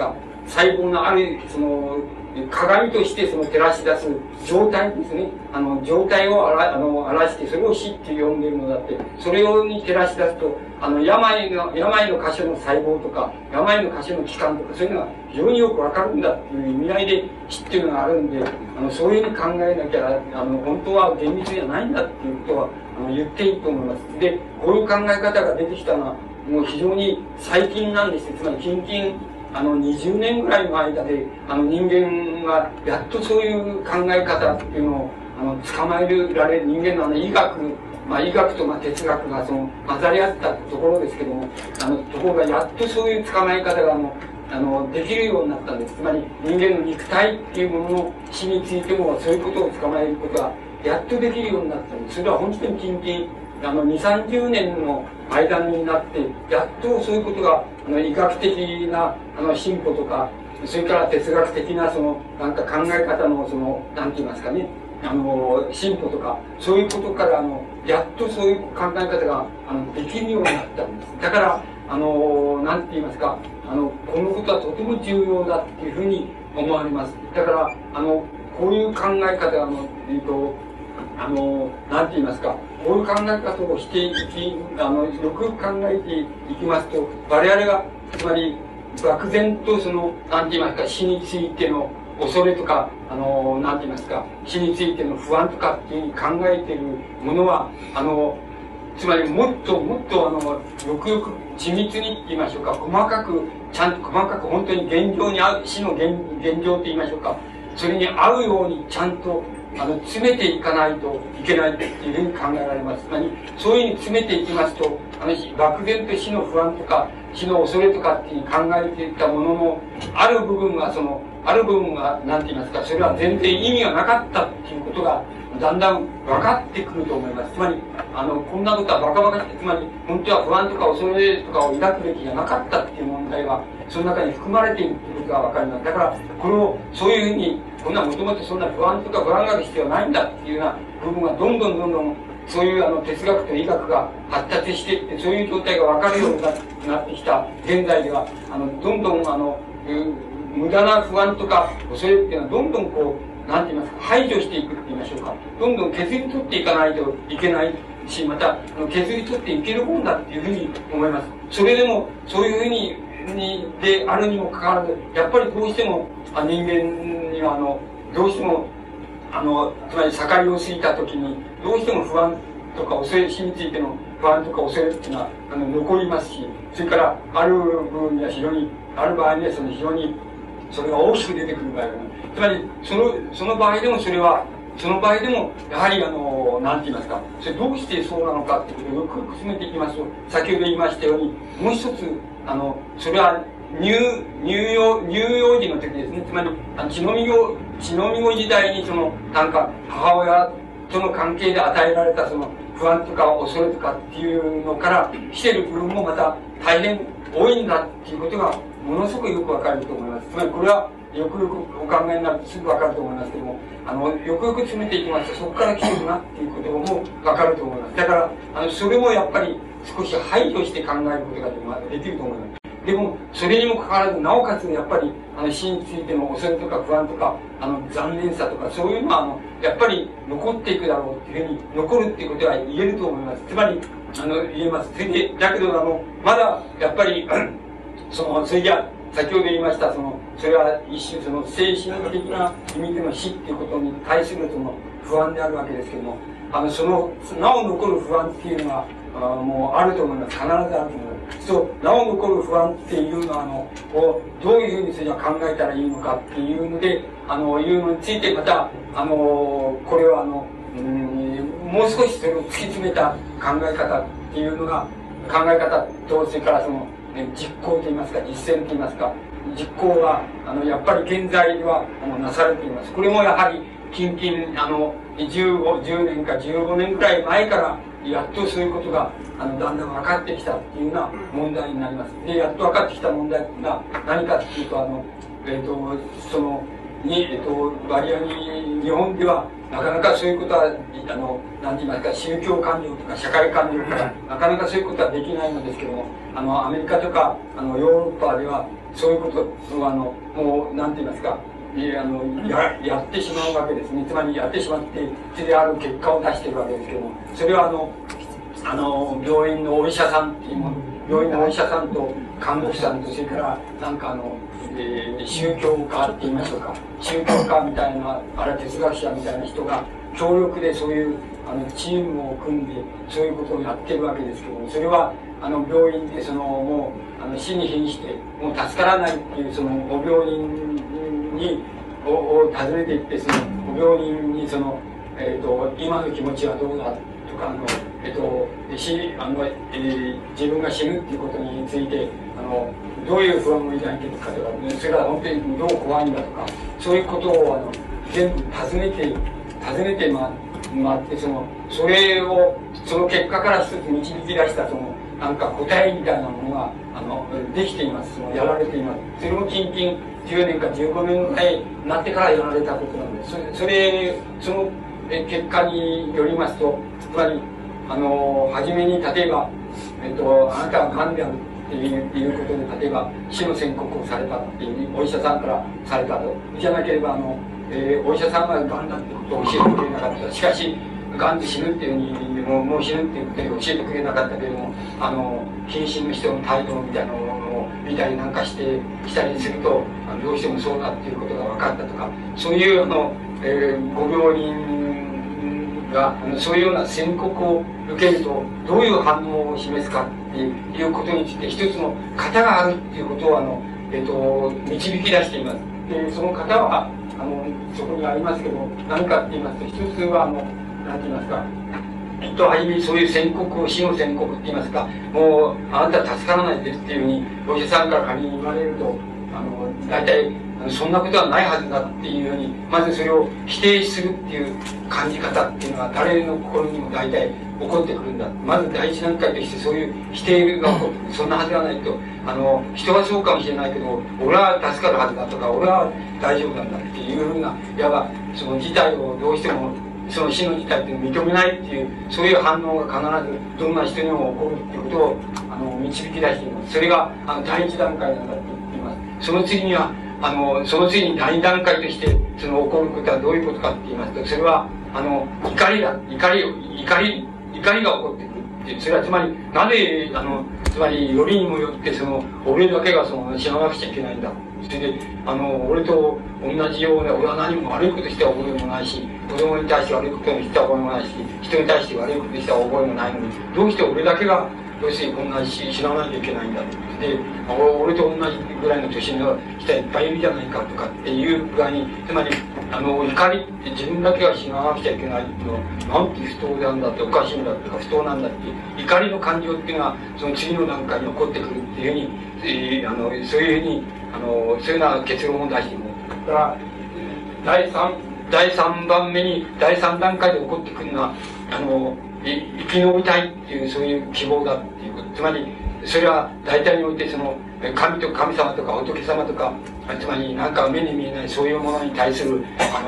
細胞のある、鏡として照らし出す状態ですね。状態を表して、それを死って呼んでいるのだって、それに照らし出すと、病の箇所の細胞とか、病の箇所の器官とか、そういうのが非常によくわかるんだっていう意味合いで死っていうのがあるんで、そういうふうに考えなきゃ、本当は厳密じゃないんだっていうことは、言っていいと思います。で、こういう考え方が出てきたのは、もう非常に最近なんです。つまり近々、20年ぐらいの間で、人間がやっとそういう考え方っていうのを、捕まえられる人間の医学と哲学が混ざり合ったところですけども、ところがやっとそういう捕まえ方ができるようになったんです。つまり人間の肉体っていうものの死についてもそういうことを捕まえることがやっとできるようになったんです。それは本当に近々、2、30年の間になって、やっとそういうことが、医学的な、進歩とか、それから哲学的な、なんか考え方の、なんて言いますかね、進歩とか、そういうことから、やっとそういう考え方が、できるようになったんです。だから、なんて言いますか、このことはとても重要だっていうふうに思われます。だから、こういう考え方が、なんて言いますか、こういう考え方をしていき、よく考えていきますと、我々が、つまり、漠然となんて言いますか、死についての恐れとか、なんて言いますか、死についての不安とかっていうふうに考えているものは、つまりもっとよくよく緻密にって言いましょうか、ちゃんと細かく本当に現状に合う、死の現状って言いましょうか、それに合うようにちゃんと詰めていかないといけないっていうふうに考えられます。つまり、そういうふうに詰めていきますと、漠然と死の不安とか、死の恐れとかっていうふうに考えていったものの、ある部分が、なんて言いますか、それは全然意味がなかったっていうことが、だんだん分かってくると思います。つまり、こんなことはバカバカして、つまり、本当は不安とか恐れとかを抱くべきじゃなかったっていう問題は、その中に含まれているということが分かります。だから、そういうふうに、こんなもともとそんな不安とか不安がある必要はないんだっていうような部分がどんどん、そういう哲学と医学が発達していって、そういう状態が分かるようになってきた現在では、どんどん無駄な不安とか恐れっていうのはどんどんなんて言いますか、排除していくって言いましょうか。どんどん削り取っていかないといけないし、また、削り取っていけるもんだっていうふうに思います。それでも、そういうふうにであるにもかかわらず、やっぱりどうしても、人間にはどうしても、つまり盛りを過ぎた時に、どうしても不安とか恐れ、死についての不安とか恐れっていうのは、残りますし、それから、ある部分にはある場合には非常に、それが大きく出てくる場合がある。つまり、その場合でもやはりなんて言いますか、それどうしてそうなのかってことをよくよく詰めていきますと、先ほど言いましたように、もう一つ、それは乳幼児の時ですね。つまり、血のみ子時代になんか、母親との関係で与えられた不安とか恐れとかっていうのから来てる部分もまた大変多いんだっていうことがものすごくよくわかると思います。つまりこれはよくよくお考えになるとすぐわかると思いますけども、よくよく詰めていきますとそこから来てるなっていうこともわかると思います。だから、それもやっぱり少し排除して考えることができると思います。でも、それにもかかわらず、なおかつやっぱり、死についての恐れとか不安とか、残念さとか、そういうのは、やっぱり残っていくだろうっていうふうに、残るっていうことは言えると思います。つまり、言えます。それで、だけど、まだ、やっぱり、それじゃ、先ほど言いました、それは一種、精神的な意味での死っていうことに対する不安であるわけですけども、なお残る不安っていうのは、もうあると思います。必ずあると思います。そう、なお残る不安っていうのは、どういうふうにそれじゃ考えたらいいのかっていうので、いうのについてまた、これはもう少しそれを突き詰めた考え方っていうのが、考え方と、それから実行といいますか、実践といいますか、実行は、やっぱり現在では、なされています。これもやはり、近々、10年か15年くらい前から、やっとそういうことが、だんだん分かってきたっていうような問題になります。で、やっと分かってきた問題が何かっていうと、割合に日本では、なかなかそういうことは、なんて言いますか、宗教感情とか社会感情とか、なかなかそういうことはできないのですけども、アメリカとか、ヨーロッパでは、 そういうことをもう、なんて言いますか、やってしまうわけですね。つまりやってしまって、それである結果を出しているわけですけども、それは病院のお医者さんっていうもの、病院のお医者さんと看護師さんと、それからなんか宗教家って言いましょうか、宗教家みたいな、あるいは哲学者みたいな人が協力でそういうチームを組んでそういうことをやってるわけですけども、それは病院でもう死に瀕してもう助からないっていうお病院にを訪ねていって、お病院に今の気持ちはどうだとか自分が死ぬっていうことについてどういう不安を抱いているかとか、それから本当にどう怖いんだとか、そういうことを全部尋ねて回って、それをその結果から一つ導き出したなんか答えみたいなものができています。やられています。それも近々10年か15年ぐらいになってからやられたことなんです。その結果によりますと、つまり初めに例えばあなたは癌であるっていうことで、例えば死の宣告をされたっていうお医者さんからされたと。じゃなければお医者さんが癌だってことを教えてくれなかった。しかし癌で死ぬっていうふうにもう死ぬっていうことで教えてくれなかったけれども、近親の人の態度みたいなものを見たりなんかしたりするとどうしてもそうだっていうことが分かったとか、そういうご病人がそういうような宣告を受けるとどういう反応を示すかっていうことについて一つの型があるっていうことを導き出しています。でその型はそこにありますけど、何かって言いますと、一つは何て言いますか、初めにそういう宣告を、死の宣告って言いますか、もうあなたは助からないですっていうふうにお医者さんから仮に言われると、大体そんなことはないはずだっていうふうに、まずそれを否定するっていう感じ方っていうのは誰の心にも大体起こってくるんだ。まず第一段階としてそういう否定が起こってくる。そんなはずがないと、人はそうかもしれないけど俺は助かるはずだとか、俺は大丈夫なんだっていうふうな、いわばその事態をどうしてもその死の事態っていうのを認めないっていう、そういう反応が必ずどんな人にも起こるっていうことを導き出しています。それが第一段階なんだって言います。その次にはその次に第二段階として起こることはどういうことかって言いますと、それは怒りが起こってくるっていう。それはつまりなぜつまりよりにもよって俺だけが死ななくちゃいけないんだ。それで俺と同じような、俺は何も悪いことした覚えもないし、子供に対して悪いことをした覚えもないし、人に対して悪いことした覚えもないのに、どうして俺だけが要するにこんな死なないといけないんだ。で俺と同じぐらいの年の人はいっぱいいるじゃないかとかっていう具合に、つまり怒りって自分だけが死ななくちゃいけないっていうのはなんて不当なんだって、おかしいんだとか不当なんだっていう怒りの感情っていうのはその次の段階に起こってくるっていうふうに、そういうふうにそういうような結論を出している。だから第3番目に第3段階で起こってくるのは生き延びたいっていうそういう希望だっていうこと。つまりそれは大体において神様とか仏様とか、つまりなんか目に見えないそういうものに対する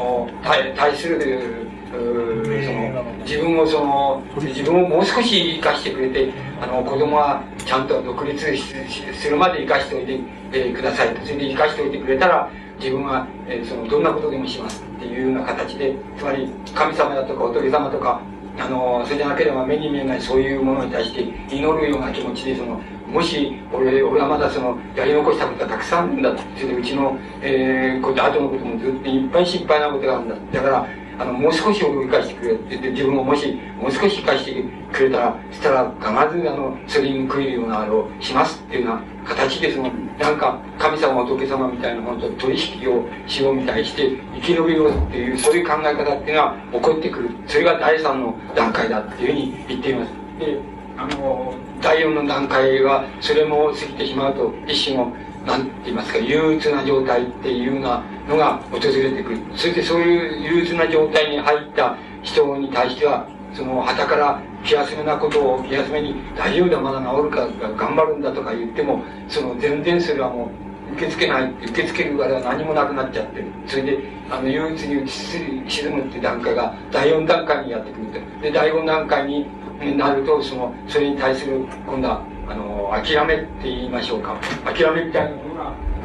自分をもう少し生かしてくれて、子供はちゃんと独立するまで生かしておいて、くださいと。それで生かしておいてくれたら自分は、どんなことでもしますっていうような形で、つまり神様だとか仏様とかそれじゃなければ目に見えないそういうものに対して祈るような気持ちで、もし俺はまだやり残したことはたくさんあるんだって、それでうちの、こうやって後のこともずっといっぱい心配なことがあるんだ。だからもう少し俺を生かしてくれって、自分をもう少し生かしてくれたら、そしたら必ずそれに報いるようなあれをしますっていうような形で、なんか神様仏様みたいなものと取引をしようみたいして生き延びようっていう、そういう考え方っていうのは起こってくる。それが第3の段階だっていうふうに言っています。で第4の段階はそれも過ぎてしまうと一種のなんて言いますか、憂鬱な状態っていうようなのが訪れてくる。それでそういう憂鬱な状態に入った人に対しては、傍から気休めなことを気休めに大丈夫だ、まだ治るから頑張るんだとか言っても、全然それはもう受け付けるあれは何もなくなっちゃってる。それで憂鬱に打ち沈むっていう段階が第4段階にやってくると。で第5段階になるとそれに対する今度は諦めって言いましょうか、諦めみたいなものが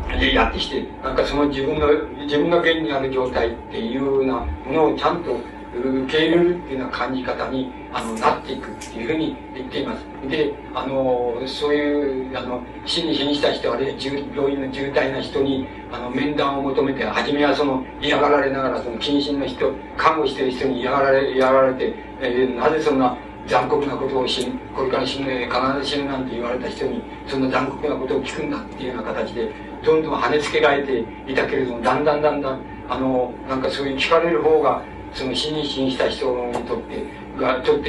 やってきて、なんかその自分が現にある状態っていうようなものをちゃんと受け入れるっていうような感じ方に、なっていくっていうふうに言っています。で、そういう、死に瀕した人、あるいは病院の重体な人に、面談を求めて、初めは嫌がられながら、近親の人、看護してる人に嫌がられて、なぜそんな残酷なことをこれから死ぬ、必ず死ぬなんて言われた人に、そんな残酷なことを聞くんだっていうような形で、どんどん跳ねつけられていたけれども、だんだん、なんかそういう聞かれる方が、その死に瀕した人にとって、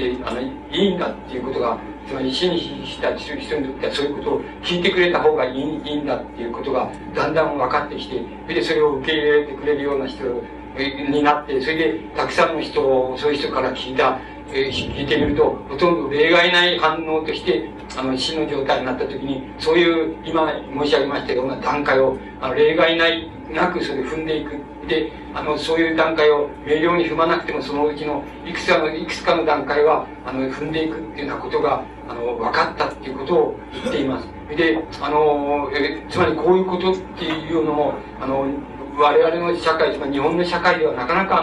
いいんだっていうことが、つまり死に瀕した人にとってはそういうことを聞いてくれた方がいいんだっていうことが、だんだん分かってきて、で、それを受け入れてくれるような人になって、それで、たくさんの人を、そういう人から聞いてみると、ほとんど例外ない反応として、死の状態になった時に、そういう、今申し上げましたような段階を、例外なくそれ踏んでいく。で、そういう段階を明瞭に踏まなくても、そのうちのいくつかの段階は、踏んでいくっていうようなことが、分かったっていうことを言っています。で、つまりこういうことっていうのも、我々の社会、つまり日本の社会ではなかなか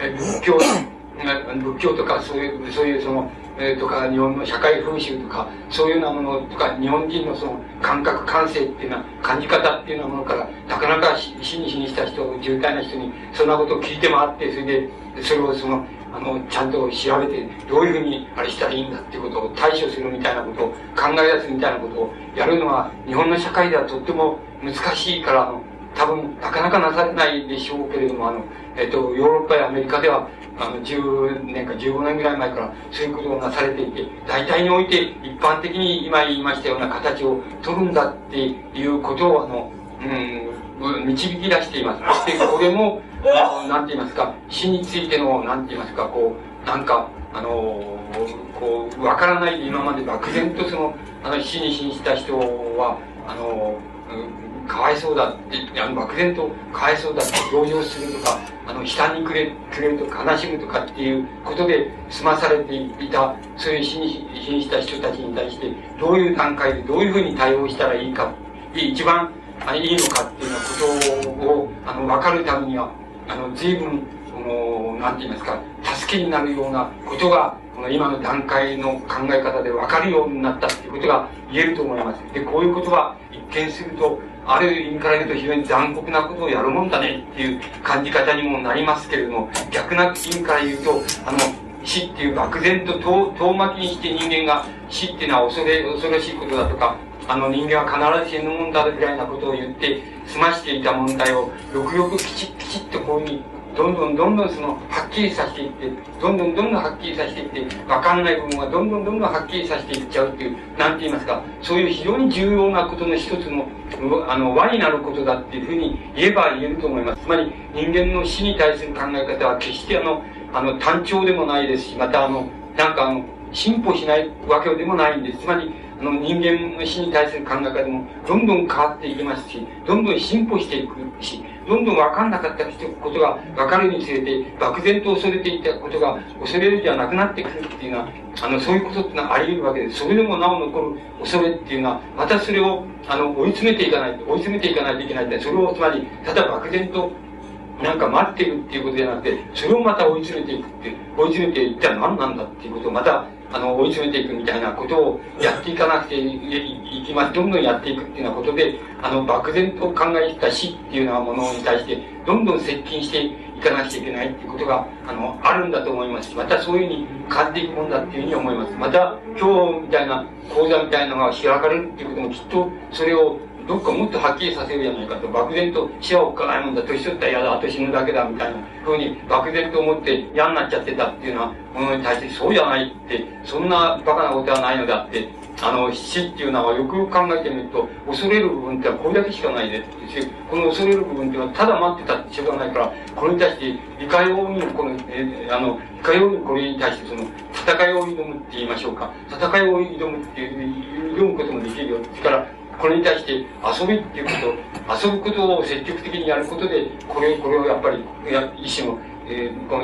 仏教とかそういうとか日本の社会風習とかそういうようなものとか日本人の感覚感性っていうような感じ方っていうようなものからなかなか死にした人重体な人にそんなことを聞いて回ってそれでそれをちゃんと調べてどういうふうにあれしたらいいんだっていうことを対処するみたいなことを考え出すみたいなことをやるのは日本の社会ではとっても難しいから多分なかなかなされないでしょうけれどもヨーロッパやアメリカでは10年か15年ぐらい前からそういうことをなされていて、大体において一般的に今言いましたような形を取るんだっていうことを導き出しています。そしてこれも、なんて言いますか、死についての、なんて言いますか、わからないで今まで漠然と死に瀕した人は、かわいそうだって漠然とかわいそうだって同情するとか悲嘆にくれるとか悲しむとかっていうことで済まされていたそういう死に瀕した人たちに対してどういう段階でどういうふうに対応したらいいか一番いいのかっていうようなことを分かるためには随分なんて言いますか助けになるようなことが今の段階の考え方で分かるようになったっていうことが言えると思います。で、こういうことは一見するとある意味から言うと非常に残酷なことをやるもんだねっていう感じ方にもなりますけれども、逆な意味から言うと、死っていう漠然と遠巻きにして人間が死っていうのは恐ろしいことだとか、人間は必ず死ぬもんだぐらいなことを言って済ましていた問題をよくよくきちっとこういうふうにどんどんはっきりさせていってどんどんはっきりさせていってわかんない部分はどんどんはっきりさせていっちゃうっていうなんて言いますかそういう非常に重要なことの一つの輪になることだっていうふうに言えると思います。つまり人間の死に対する考え方は決して単調でもないですしまた進歩しないわけでもないんです。つまり人間の死に対する考え方もどんどん変わっていきますしどんどん進歩していくしどんどん分かんなかったことが分かるにつれて漠然と恐れていたことが恐れるじゃなくなってくるっていうのはそういうことってのはあり得るわけです。それでもなお残る恐れっていうのはまたそれを追い詰めていかないといけないってそれをつまりただ漠然と待ってるっていうことじゃなくてそれをまた追い詰めていくって追い詰めていったら何なんだっていうことをまた追い詰めていくみたいなことをやっていかなくていきます。どんどんやっていくっていうようなことで、漠然と考えた死っていうようなものに対して、どんどん接近していかなくちゃいけないっていうことが、あるんだと思いますし、またそういうふうに変わっていくもんだっていうふうに思います。また、今日みたいな講座みたいなのが開かれるっていうこともきっと、それをどっかもっとはっきりさせるじゃないかと、漠然と死はおっかないもんだ、年取ったら嫌だ、あと死ぬだけだ、みたいなふうに漠然と思って嫌になっちゃってたっていうようなものに対して、そうじゃないって、そんなバカなことはないのであって、死っていうのはよくよく考えてみると、恐れる部分ってのはこれだけしかないでって、この恐れる部分っていうのはただ待ってたってしょうがないから、これに対して、いかようにこれに対して戦いを挑むって言いましょうか。戦いを挑むっていう、挑むこともできるよ。ですから、これに対して遊びっていうこと、遊ぶことを積極的にやることで、これをやっぱり、一種の、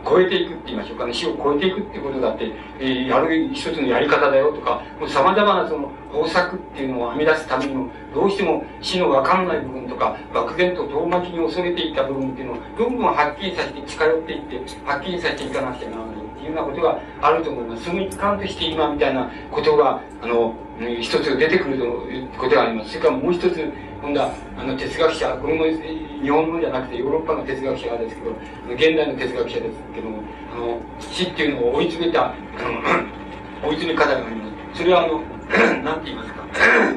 超えていくって言いましょうかね、死を超えていくっていうことだって、やる一つのやり方だよとか、もう様々なその方策っていうのを編み出すためにも、どうしても死のわかんない部分とか、漠然と遠巻きに恐れていた部分っていうのを、どんどんはっきりさせて近寄っていって、はっきりさせていかなくちゃならないっていうようなことがあると思います。その一環として今みたいなことが、一つ出てくるということがあります。それからもう一つ、今度は、哲学者、これも日本のじゃなくてヨーロッパの哲学者ですけど、現代の哲学者ですけども、死っていうのを追い詰めた、追い詰め方があります。それはなんて言いますか、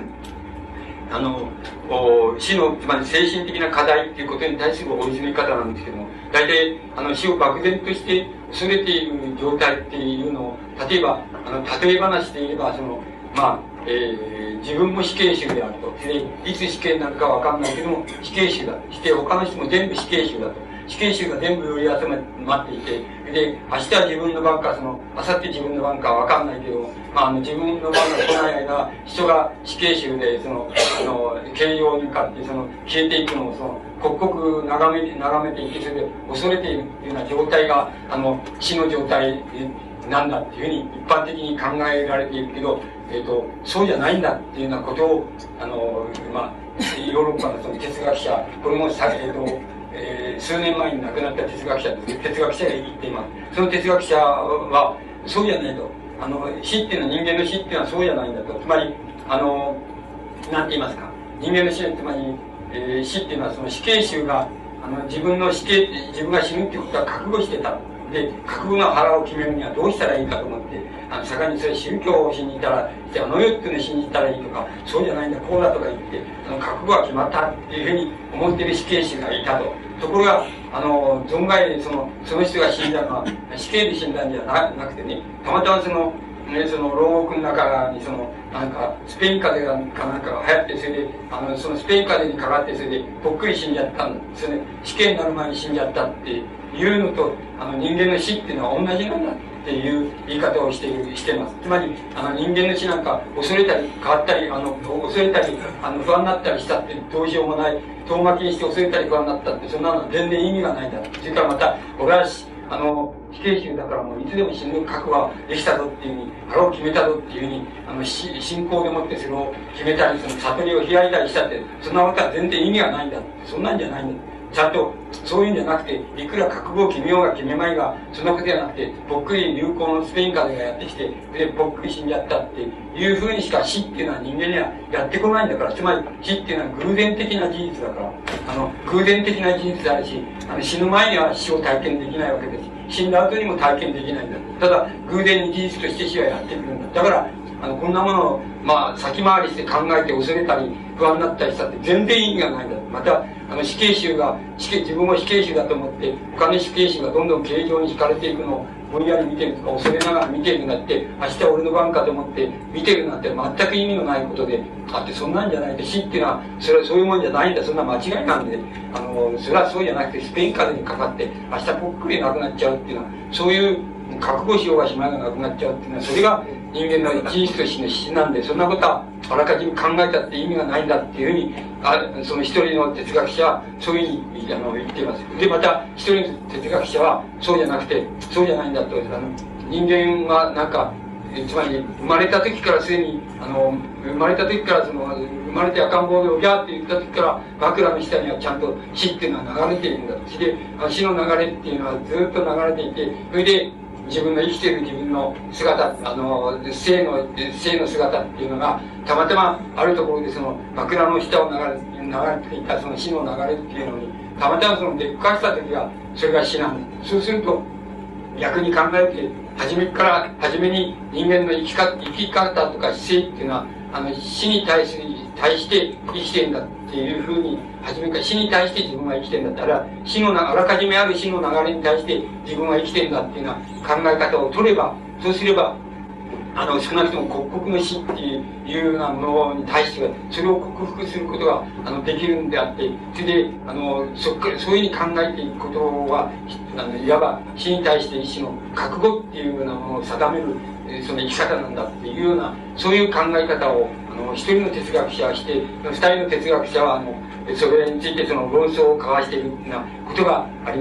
死の、つまり精神的な課題っていうことに対する追い詰め方なんですけども、大体、死を漠然として恐れている状態っていうのを、例えば、例え話で言えば、自分も死刑囚であると。で、いつ死刑になるかわかんないけども、死刑囚だと。して他の人も全部死刑囚だと。死刑囚が全部寄り集まっていて、で、明日は自分の番か、明後日自分の番かわかんないけど、自分の番が来ない間、人が死刑囚で、形状に向かって、消えていくのを、刻々眺めていて、それで恐れているというような状態が、死の状態なんだっていうふうに一般的に考えられているけど、そうじゃないんだっていうようなことを、ヨーロッパのその哲学者、これも数年前に亡くなった哲学者が言っています。その哲学者は、そうじゃないと。死っていうのは、人間の死っていうのはそうじゃないんだと。つまり、なんて言いますか。人間の死、つまり、死っていうのは、その死刑囚が、自分が死ぬっていうことは覚悟してた。で、覚悟の腹を決めるにはどうしたらいいかと思って、盛んにそれ宗教を信じたら、世っていうのを信じたらいいとか、そうじゃないんだ、こうだとか言って、覚悟は決まったっていうふうに思っている死刑囚がいたと。ところが、存外その人が死んだのは、死刑で死んだんじゃなくてね、たまたま牢獄の中にスペイン風邪かなんかが流行って、それで、そのスペイン風邪にかかって、それで、ぽっくり死んじゃったんですよね。死刑になる前に死んじゃったっていうのと、人間の死っていうのは同じなんだっていう言い方をしてます。つまり、人間の死なんか恐れたり変わったり、恐れたり、不安になったりしたってどうしようもない、遠巻きにして恐れたり不安になったって、そんなの全然意味がないんだ。それからまた、俺は死刑囚だからもういつでも死ぬ覚悟はできたぞっていうふうに、腹を決めたぞっていうふうに、信仰でもってそれを決めたり、悟りを開いたりしたって、そんなことは全然意味がないんだ。そんなんじゃないんだ。ちゃんと、そういうんじゃなくて、いくら覚悟を決めようが決めまいが、そんなことじゃなくて、ぽっくり流行のスペイン風邪がやってきて、で、ぽっくり死んじゃったっていうふうにしか死っていうのは人間にはやってこないんだから、つまり死っていうのは偶然的な事実だから、偶然的な事実であるし、死ぬ前には死を体験できないわけですし、死んだ後にも体験できないんだ。ただ、偶然に事実として死はやってくるんだ。だから、こんなものを、先回りして考えて恐れたり、不安になったりしたって全然意味がないんだ。また、死刑囚が、自分も死刑囚だと思って、他の死刑囚がどんどん形状に惹かれていくのを、ぼんやり見てるとか、恐れながら見てるんだって、明日俺の番かと思って見てるなんて全く意味のないことで、あって、そんなんじゃないで、死っていうのは、それはそういうもんじゃないんだ、そんな間違いなんで、それはそうじゃなくて、スペイン風邪にかかって、明日ぽっくりなくなっちゃうっていうのは、そういう覚悟しようがしまいがなくなっちゃうっていうのは、それが人間の事実としての死なんで、そんなことはあらかじめ考えたって意味がないんだっていうふうに、その一人の哲学者はそういうふうに言っています。で、また一人の哲学者はそうじゃなくて、そうじゃないんだと、人間はなんか、つまり生まれた時からすでに、生まれた時から生まれて赤ん坊でおぎゃーって言った時から枕の下にはちゃんと死っていうのは流れているんだ。死の流れっていうのはずっと流れていて、それで自分の生きている自分の姿、生の姿っていうのが、たまたまあるところで枕の下を流れていたその死の流れっていうのに、たまたま出くわした時は、それが死なんだ。そうすると、逆に考えて、初めに人間の生き方とか姿勢っていうのは、死に対して生きてるんだっていうふうに、初めから死に対して自分は生きてるんだったら、あらかじめある死の流れに対して自分は生きてるんだっていうような考え方を取れば、そうすれば、少なくとも刻々の死っていうようなものに対しては、それを克服することが、できるんであって、それで、そういうふうに考えていくことは、いわば死に対して一種の覚悟っていうようなものを定める、その生き方なんだっていうような、そういう考え方を、一人の哲学者はして、二人の哲学者は、それについて論争を交わしているようなことがあります。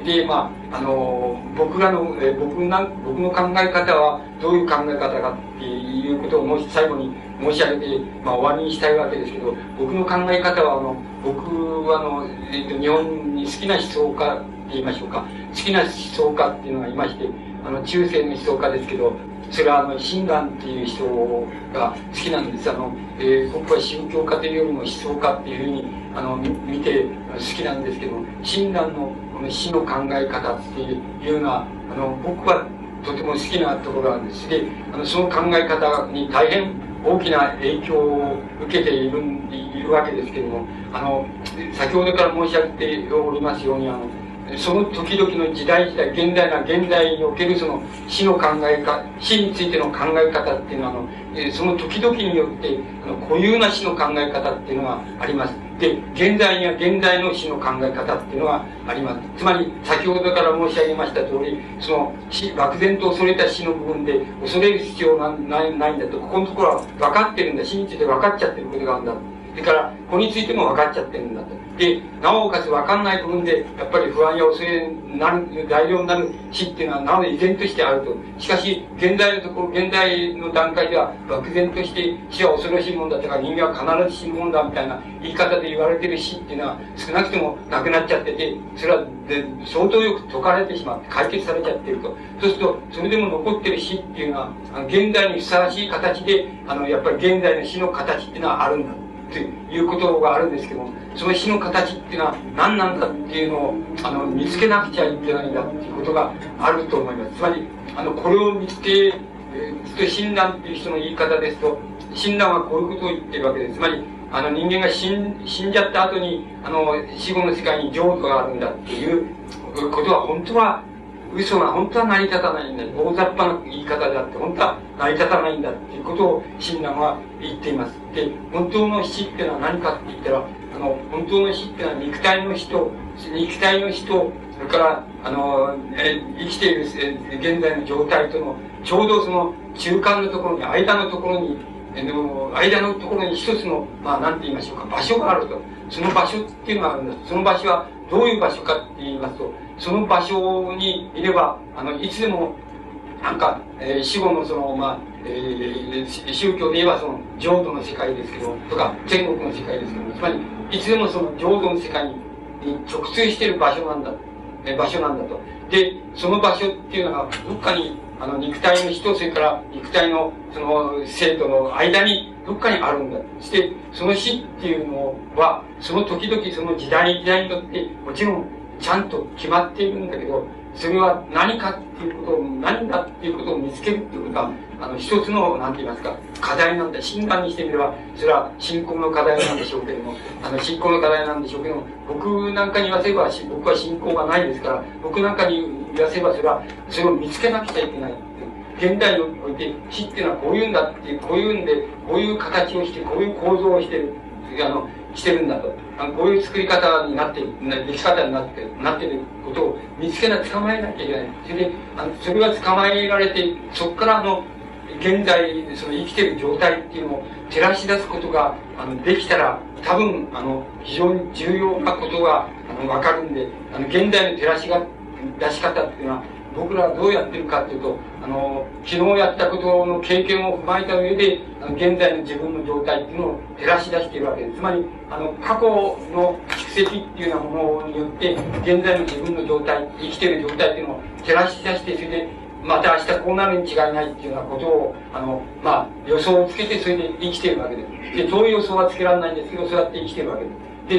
で、僕の考え方はどういう考え方かっていうことを最後に申し上げて、終わりにしたいわけですけど、僕の考え方は、僕は日本に好きな思想家って言いましょうか。好きな思想家っていうのがいまして、中世の思想家ですけど、それは親鸞っていう人が好きなんです。僕は宗教家というよりも思想家っていうふうに、見て好きなんですけど、親鸞の死の考え方っていうのは、僕はとても好きなところなんです。で、その考え方に大変大きな影響を受けているわけですけれども、先ほどから申し上げておりますように、その時々の時代、現代におけるその死の考え方、死についての考え方っていうのは、その時々によって、固有な死の考え方っていうのがあります。で、現代には現代の死の考え方っていうのがあります。つまり、先ほどから申し上げました通り、その漠然と恐れた死の部分で恐れる必要がないんだと、ここのところは分かってるんだ。死について分かっちゃってることがあるんだ。それから、これについても分かっちゃってるんだと。で、なおかつ分かんない部分で、やっぱり不安や恐れになる、材料になる死っていうのは、なお依然としてあると。しかし、現代の段階では、漠然として死は恐ろしいもんだとか、人間は必ず死ぬもんだみたいな言い方で言われてる死っていうのは、少なくともなくなっちゃってて、それは相当よく解かれてしまって、解決されちゃってると。そうすると、それでも残ってる死っていうのは、現代にふさわしい形で、やっぱり現代の死の形っていうのはあるんだ。ということがあるんですけども、その死の形っていうのは何なんだっていうのを見つけなくちゃいけないんだっていうことがあると思います。つまりこれを見つけ、親鸞っていう人の言い方ですと、親鸞はこういうことを言ってるわけです。つまり人間が死んじゃった後に死後の世界に浄土があるんだっていうことは本当は成り立たないんだ。大雑把な言い方であって、本当は成り立たないんだっていうことを親鸞は言っています。で、本当の死っていうのは何かって言ったら、本当の死っていうのは肉体の死と、それから、生きている現在の状態との、ちょうどその中間のところに、間のところに一つの、なんて言いましょうか、場所があると。その場所っていうのがあるんです。その場所はどういう場所かって言いますと、その場所にいれば、いつでも、死後の宗教で言えば浄土の世界ですけど、とか、天国の世界ですけど、つまり、いつでもその浄土の世界に直通している場所なんだと。で、その場所っていうのが、どっかに、肉体の死と、それから肉体の生との間に、どっかにあるんだ。そして、その死っていうのは、その時々その時代によって、もちろん、ちゃんと決まっているんだけど、それは何だっていうことを見つけるっていうことは、一つの、なんて言いますか、課題なんだ。親鸞にしてみれば、それは信仰の課題なんでしょうけども、信仰の課題なんでしょうけども、僕なんかに言わせば、僕は信仰がないですから、僕なんかに言わせば、それを見つけなくちゃいけない。現代において、死っていうのはこういうんだっていう、こういうんで、こういう形をして、こういう構造をしてる。してるんだと。こういう作り方になっている、出来方になっていることを見つけ捕まえなきゃいけない。それで、それが捕まえられて、そこから現在、生きている状態っていうのを照らし出すことが、できたら、多分、非常に重要なことが、わかるんで、現代の照らし出し方っていうのは、僕らはどうやってるかっていうと、昨日やったことの経験を踏まえた上で、現在の自分の状態っていうのを照らし出しているわけです。つまり、過去の蓄積っていうようなものによって、現在の自分の状態、生きている状態っていうのを照らし出して、それで、また明日こうなるに違いないっていうようなことを、予想をつけて、それで生きているわけです。で、そういう予想はつけられないんですけど、そうやって生きているわけです。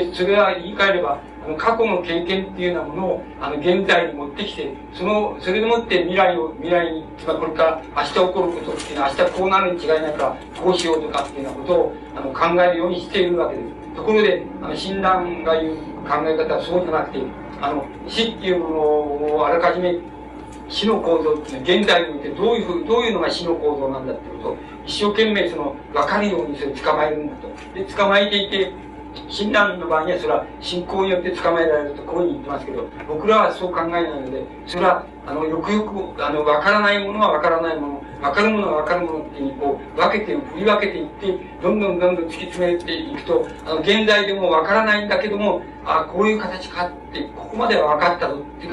で、それは言い換えれば、過去の経験っていうようなものを、現在に持ってきて、それでもって未来に、つまりこれから明日起こることっていうのは、明日こうなるに違いないから、こうしようとかっていうようなことを、考えるようにしているわけです。ところで、親鸞が言う考え方はそうじゃなくて、死っていうものをあらかじめ、死の構造っていうのは、現代においてどういうのが死の構造なんだってことを、一生懸命分かるようにそれを捕まえるんだと。で、捕まえていて、親鸞の場合にはそれは信仰によって捕まえられるとこういうふうに言ってますけど、僕らはそう考えないので、それは、よくよく、わからないものはわからないもの、わかるものはわかるものっていうふうに振り分けていって、どんどん突き詰めていくと、現代でもわからないんだけども、こういう形かって、ここまではわかったぞ。それから、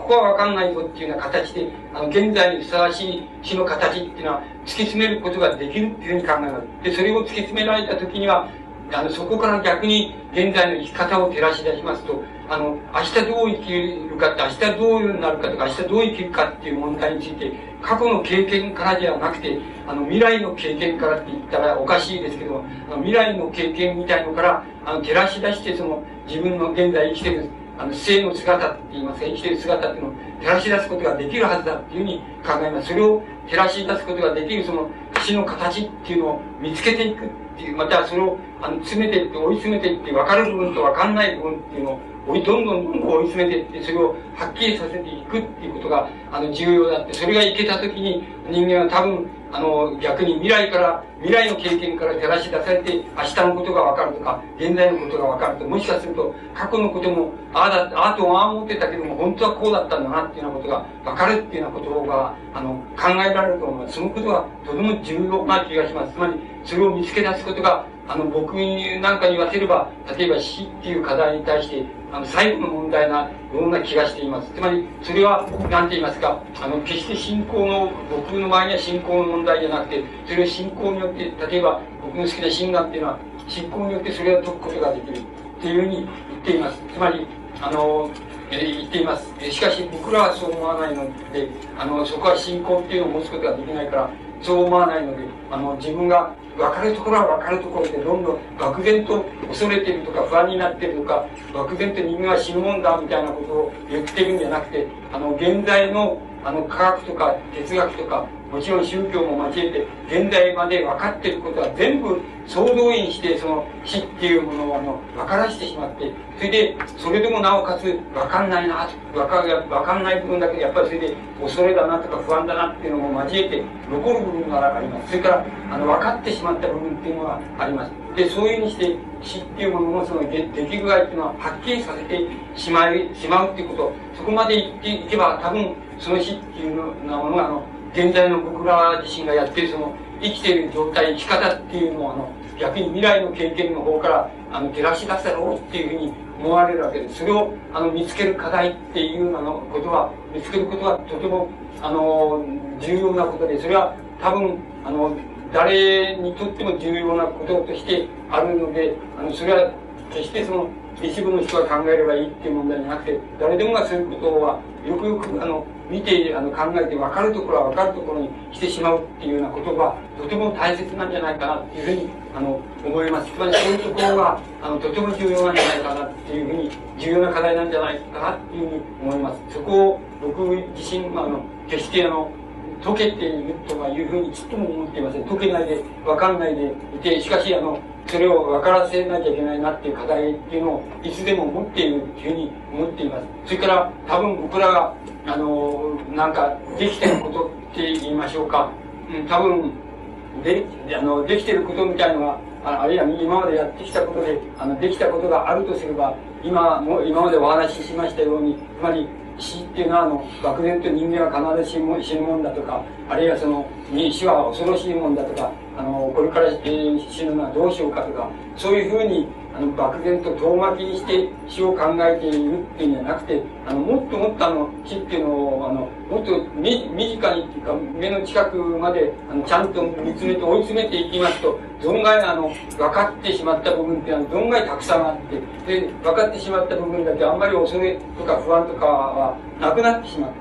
こはわかんないぞっていうような形で、現在にふさわしい死の形っていうのは突き詰めることができるっていうふうに考えます。で、それを突き詰められた時には、そこから逆に現在の生き方を照らし出しますと、明日どう生きるかって、明日どうなるかとか、明日どう生きるかっていう問題について、過去の経験からではなくて、未来の経験からって言ったらおかしいですけど、未来の経験みたいのから、照らし出して、自分の現在生きている、生の姿って言いますか、生きている姿っていうのを照らし出すことができるはずだっていうふうに考えます。それを照らし出すことができる、死の形っていうのを見つけていくっていう、またそれを、詰めていって、追い詰めていって、分かる部分と分かんない部分っていうのを、どんどん追い詰めていって、それをはっきりさせていくっていうことが、重要だって、それがいけたときに、人間は多分、逆に未来の経験から照らし出されて、明日のことが分かるとか、現在のことが分かると、もしかすると、過去のことも、ああと思ってたけども、本当はこうだったんだなっていうようなことが分かるっていうようなことが、考えられると思います。そのことがとても重要な気がします。つまり、それを見つけ出すことが、僕なんかに言わせれば、例えば死っていう課題に対して、最後の問題なような気がしています。つまり、それは、なんて言いますか、決して僕の場合には信仰の問題じゃなくて、それを信仰によって、例えば、僕の好きな神学っていうのは、信仰によってそれを解くことができるっていうふうに言っています。つまり、言っています。しかし、僕らはそう思わないので、そこは信仰っていうのを持つことができないから、そう思わないので、自分が分かるところは分かるところで、どんどん漠然と恐れているとか、不安になっているとか、漠然と人間は死ぬもんだ、みたいなことを言ってるんじゃなくて、現在の、科学とか哲学とか、もちろん宗教も交えて、現在まで分かっていることは全部総動員して、死っていうものを分からしてしまって、それで、それでもなおかつ分かんないな、分かんない部分だけど、やっぱりそれで恐れだなとか不安だなっていうのも交えて残る部分があります。それから、分かってしまった部分っていうのがあります。で、そういうふうにして、死っていうものの出来具合っていうのははっきりさせてしまうっていうこと、そこまでいけば、多分、その死っていうようなものが、現在の僕ら自身がやっている生きている状態、生き方っていうのを逆に未来の経験の方から照らし出せろっていうふうに思われるわけです。それを見つける課題っていうようなことは、見つけることはとても重要なことで、それは多分誰にとっても重要なこととしてあるので、それは決して一部の人が考えればいいっていう問題じゃなくて、誰でもがそういうことはよくよく見て考えて分かるところは分かるところにしてしまうっていうようなことがとても大切なんじゃないかなっていうふうに思います。つまりそういうところがとても重要なんじゃないかなっていうふうに、重要な課題なんじゃないかなっていうふうに思います。そこを僕自身決して解けているとかいうふうにちっとも思っていません。解けないで分かんないでいて、しかしそれを分からせなきゃいけないなっていう課題っていうのをいつでも持っているというふうに思っています。それから多分僕らがなんかできてることって言いましょうか。多分できてることみたいのが、あるいは今までやってきたことでできたことがあるとすれば、今までお話ししましたように、つまり死っていうのは漠然と人間は必ず死ぬもんだとか、あるいは死は恐ろしいもんだとか、これから死ぬのはどうしようかとか、そういうふうに漠然と遠巻きにして死を考えているっていうんじゃなくて、もっともっと死っていうのをもっと身近にっていうか目の近くまでちゃんと見つめて追い詰めていきますと、存外分かってしまった部分っていうのは存外たくさんあって、で分かってしまった部分だけあんまり恐れとか不安とかはなくなってしまって、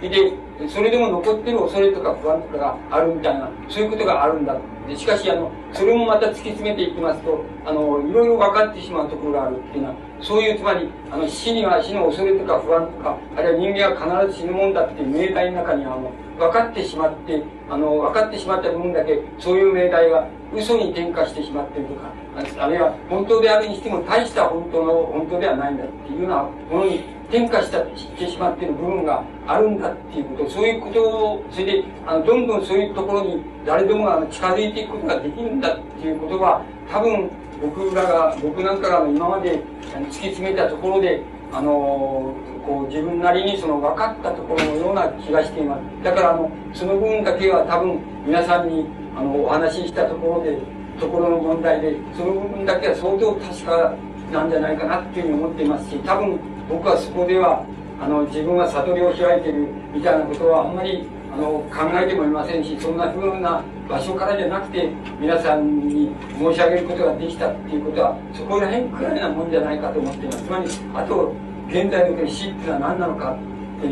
でそれでも残ってる恐れとか不安とかがあるみたいな、そういうことがあるんだ。でしかしそれもまた突き詰めていきますと、いろいろ分かってしまうところがあるっていうのは、そういう、つまり死には死の恐れとか不安とか、あるいは人間は必ず死ぬもんだっていう命題の中には分かってしまって分かってしまった部分だけ、そういう命題が嘘に転化してしまっているとか、あるいは本当であるにしても大した本当ではないんだっていうようなものに転化してしまっている部分があるんだっていうこと、そういうことを、それでどんどんそういうところに誰でもが近づいていくことができるんだっていうことは、多分僕なんかが今まで突き詰めたところでこう自分なりに分かったところのような気がしています。だからその部分だけは多分皆さんにお話ししたところの問題で、その部分だけは相当確かなんじゃないかなっていうふうに思っていますし、多分僕はそこでは自分は悟りを開いているみたいなことはあんまり考えてもいませんし、そんなふうな場所からじゃなくて皆さんに申し上げることができたっていうことは、そこら辺くらいなもんじゃないかと思っています。つまり、あと現在の死っていうのは何なのかって、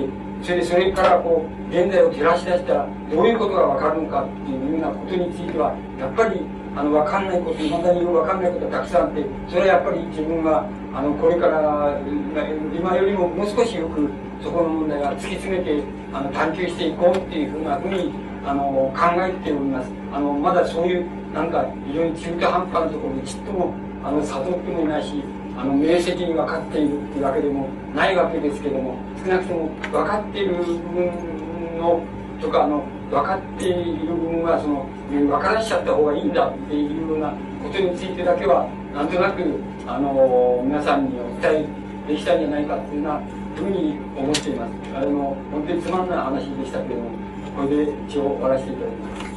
それから現在を照らし出したらどういうことがわかるのかっていうようなことについては、やっぱりわかんないこと、未だにわかんないことがたくさんあって、それはやっぱり自分がこれから今よりももう少しよくそこの問題は突き詰めて探求していこうっていうふうなふうに考えております。まだそういうなんか非常に中途半端なところにちっとも悟ってもいないし、明晰に分かっているっていうわけでもないわけですけども、少なくとも分かっている部分のとか分かっている部分は分からしちゃった方がいいんだっていうようなことについてだけはなんとなく皆さんにお伝えできたんじゃないかっていうようなふうに思っています。本当につまんない話でしたけれども、これで一応終わらせていただきます。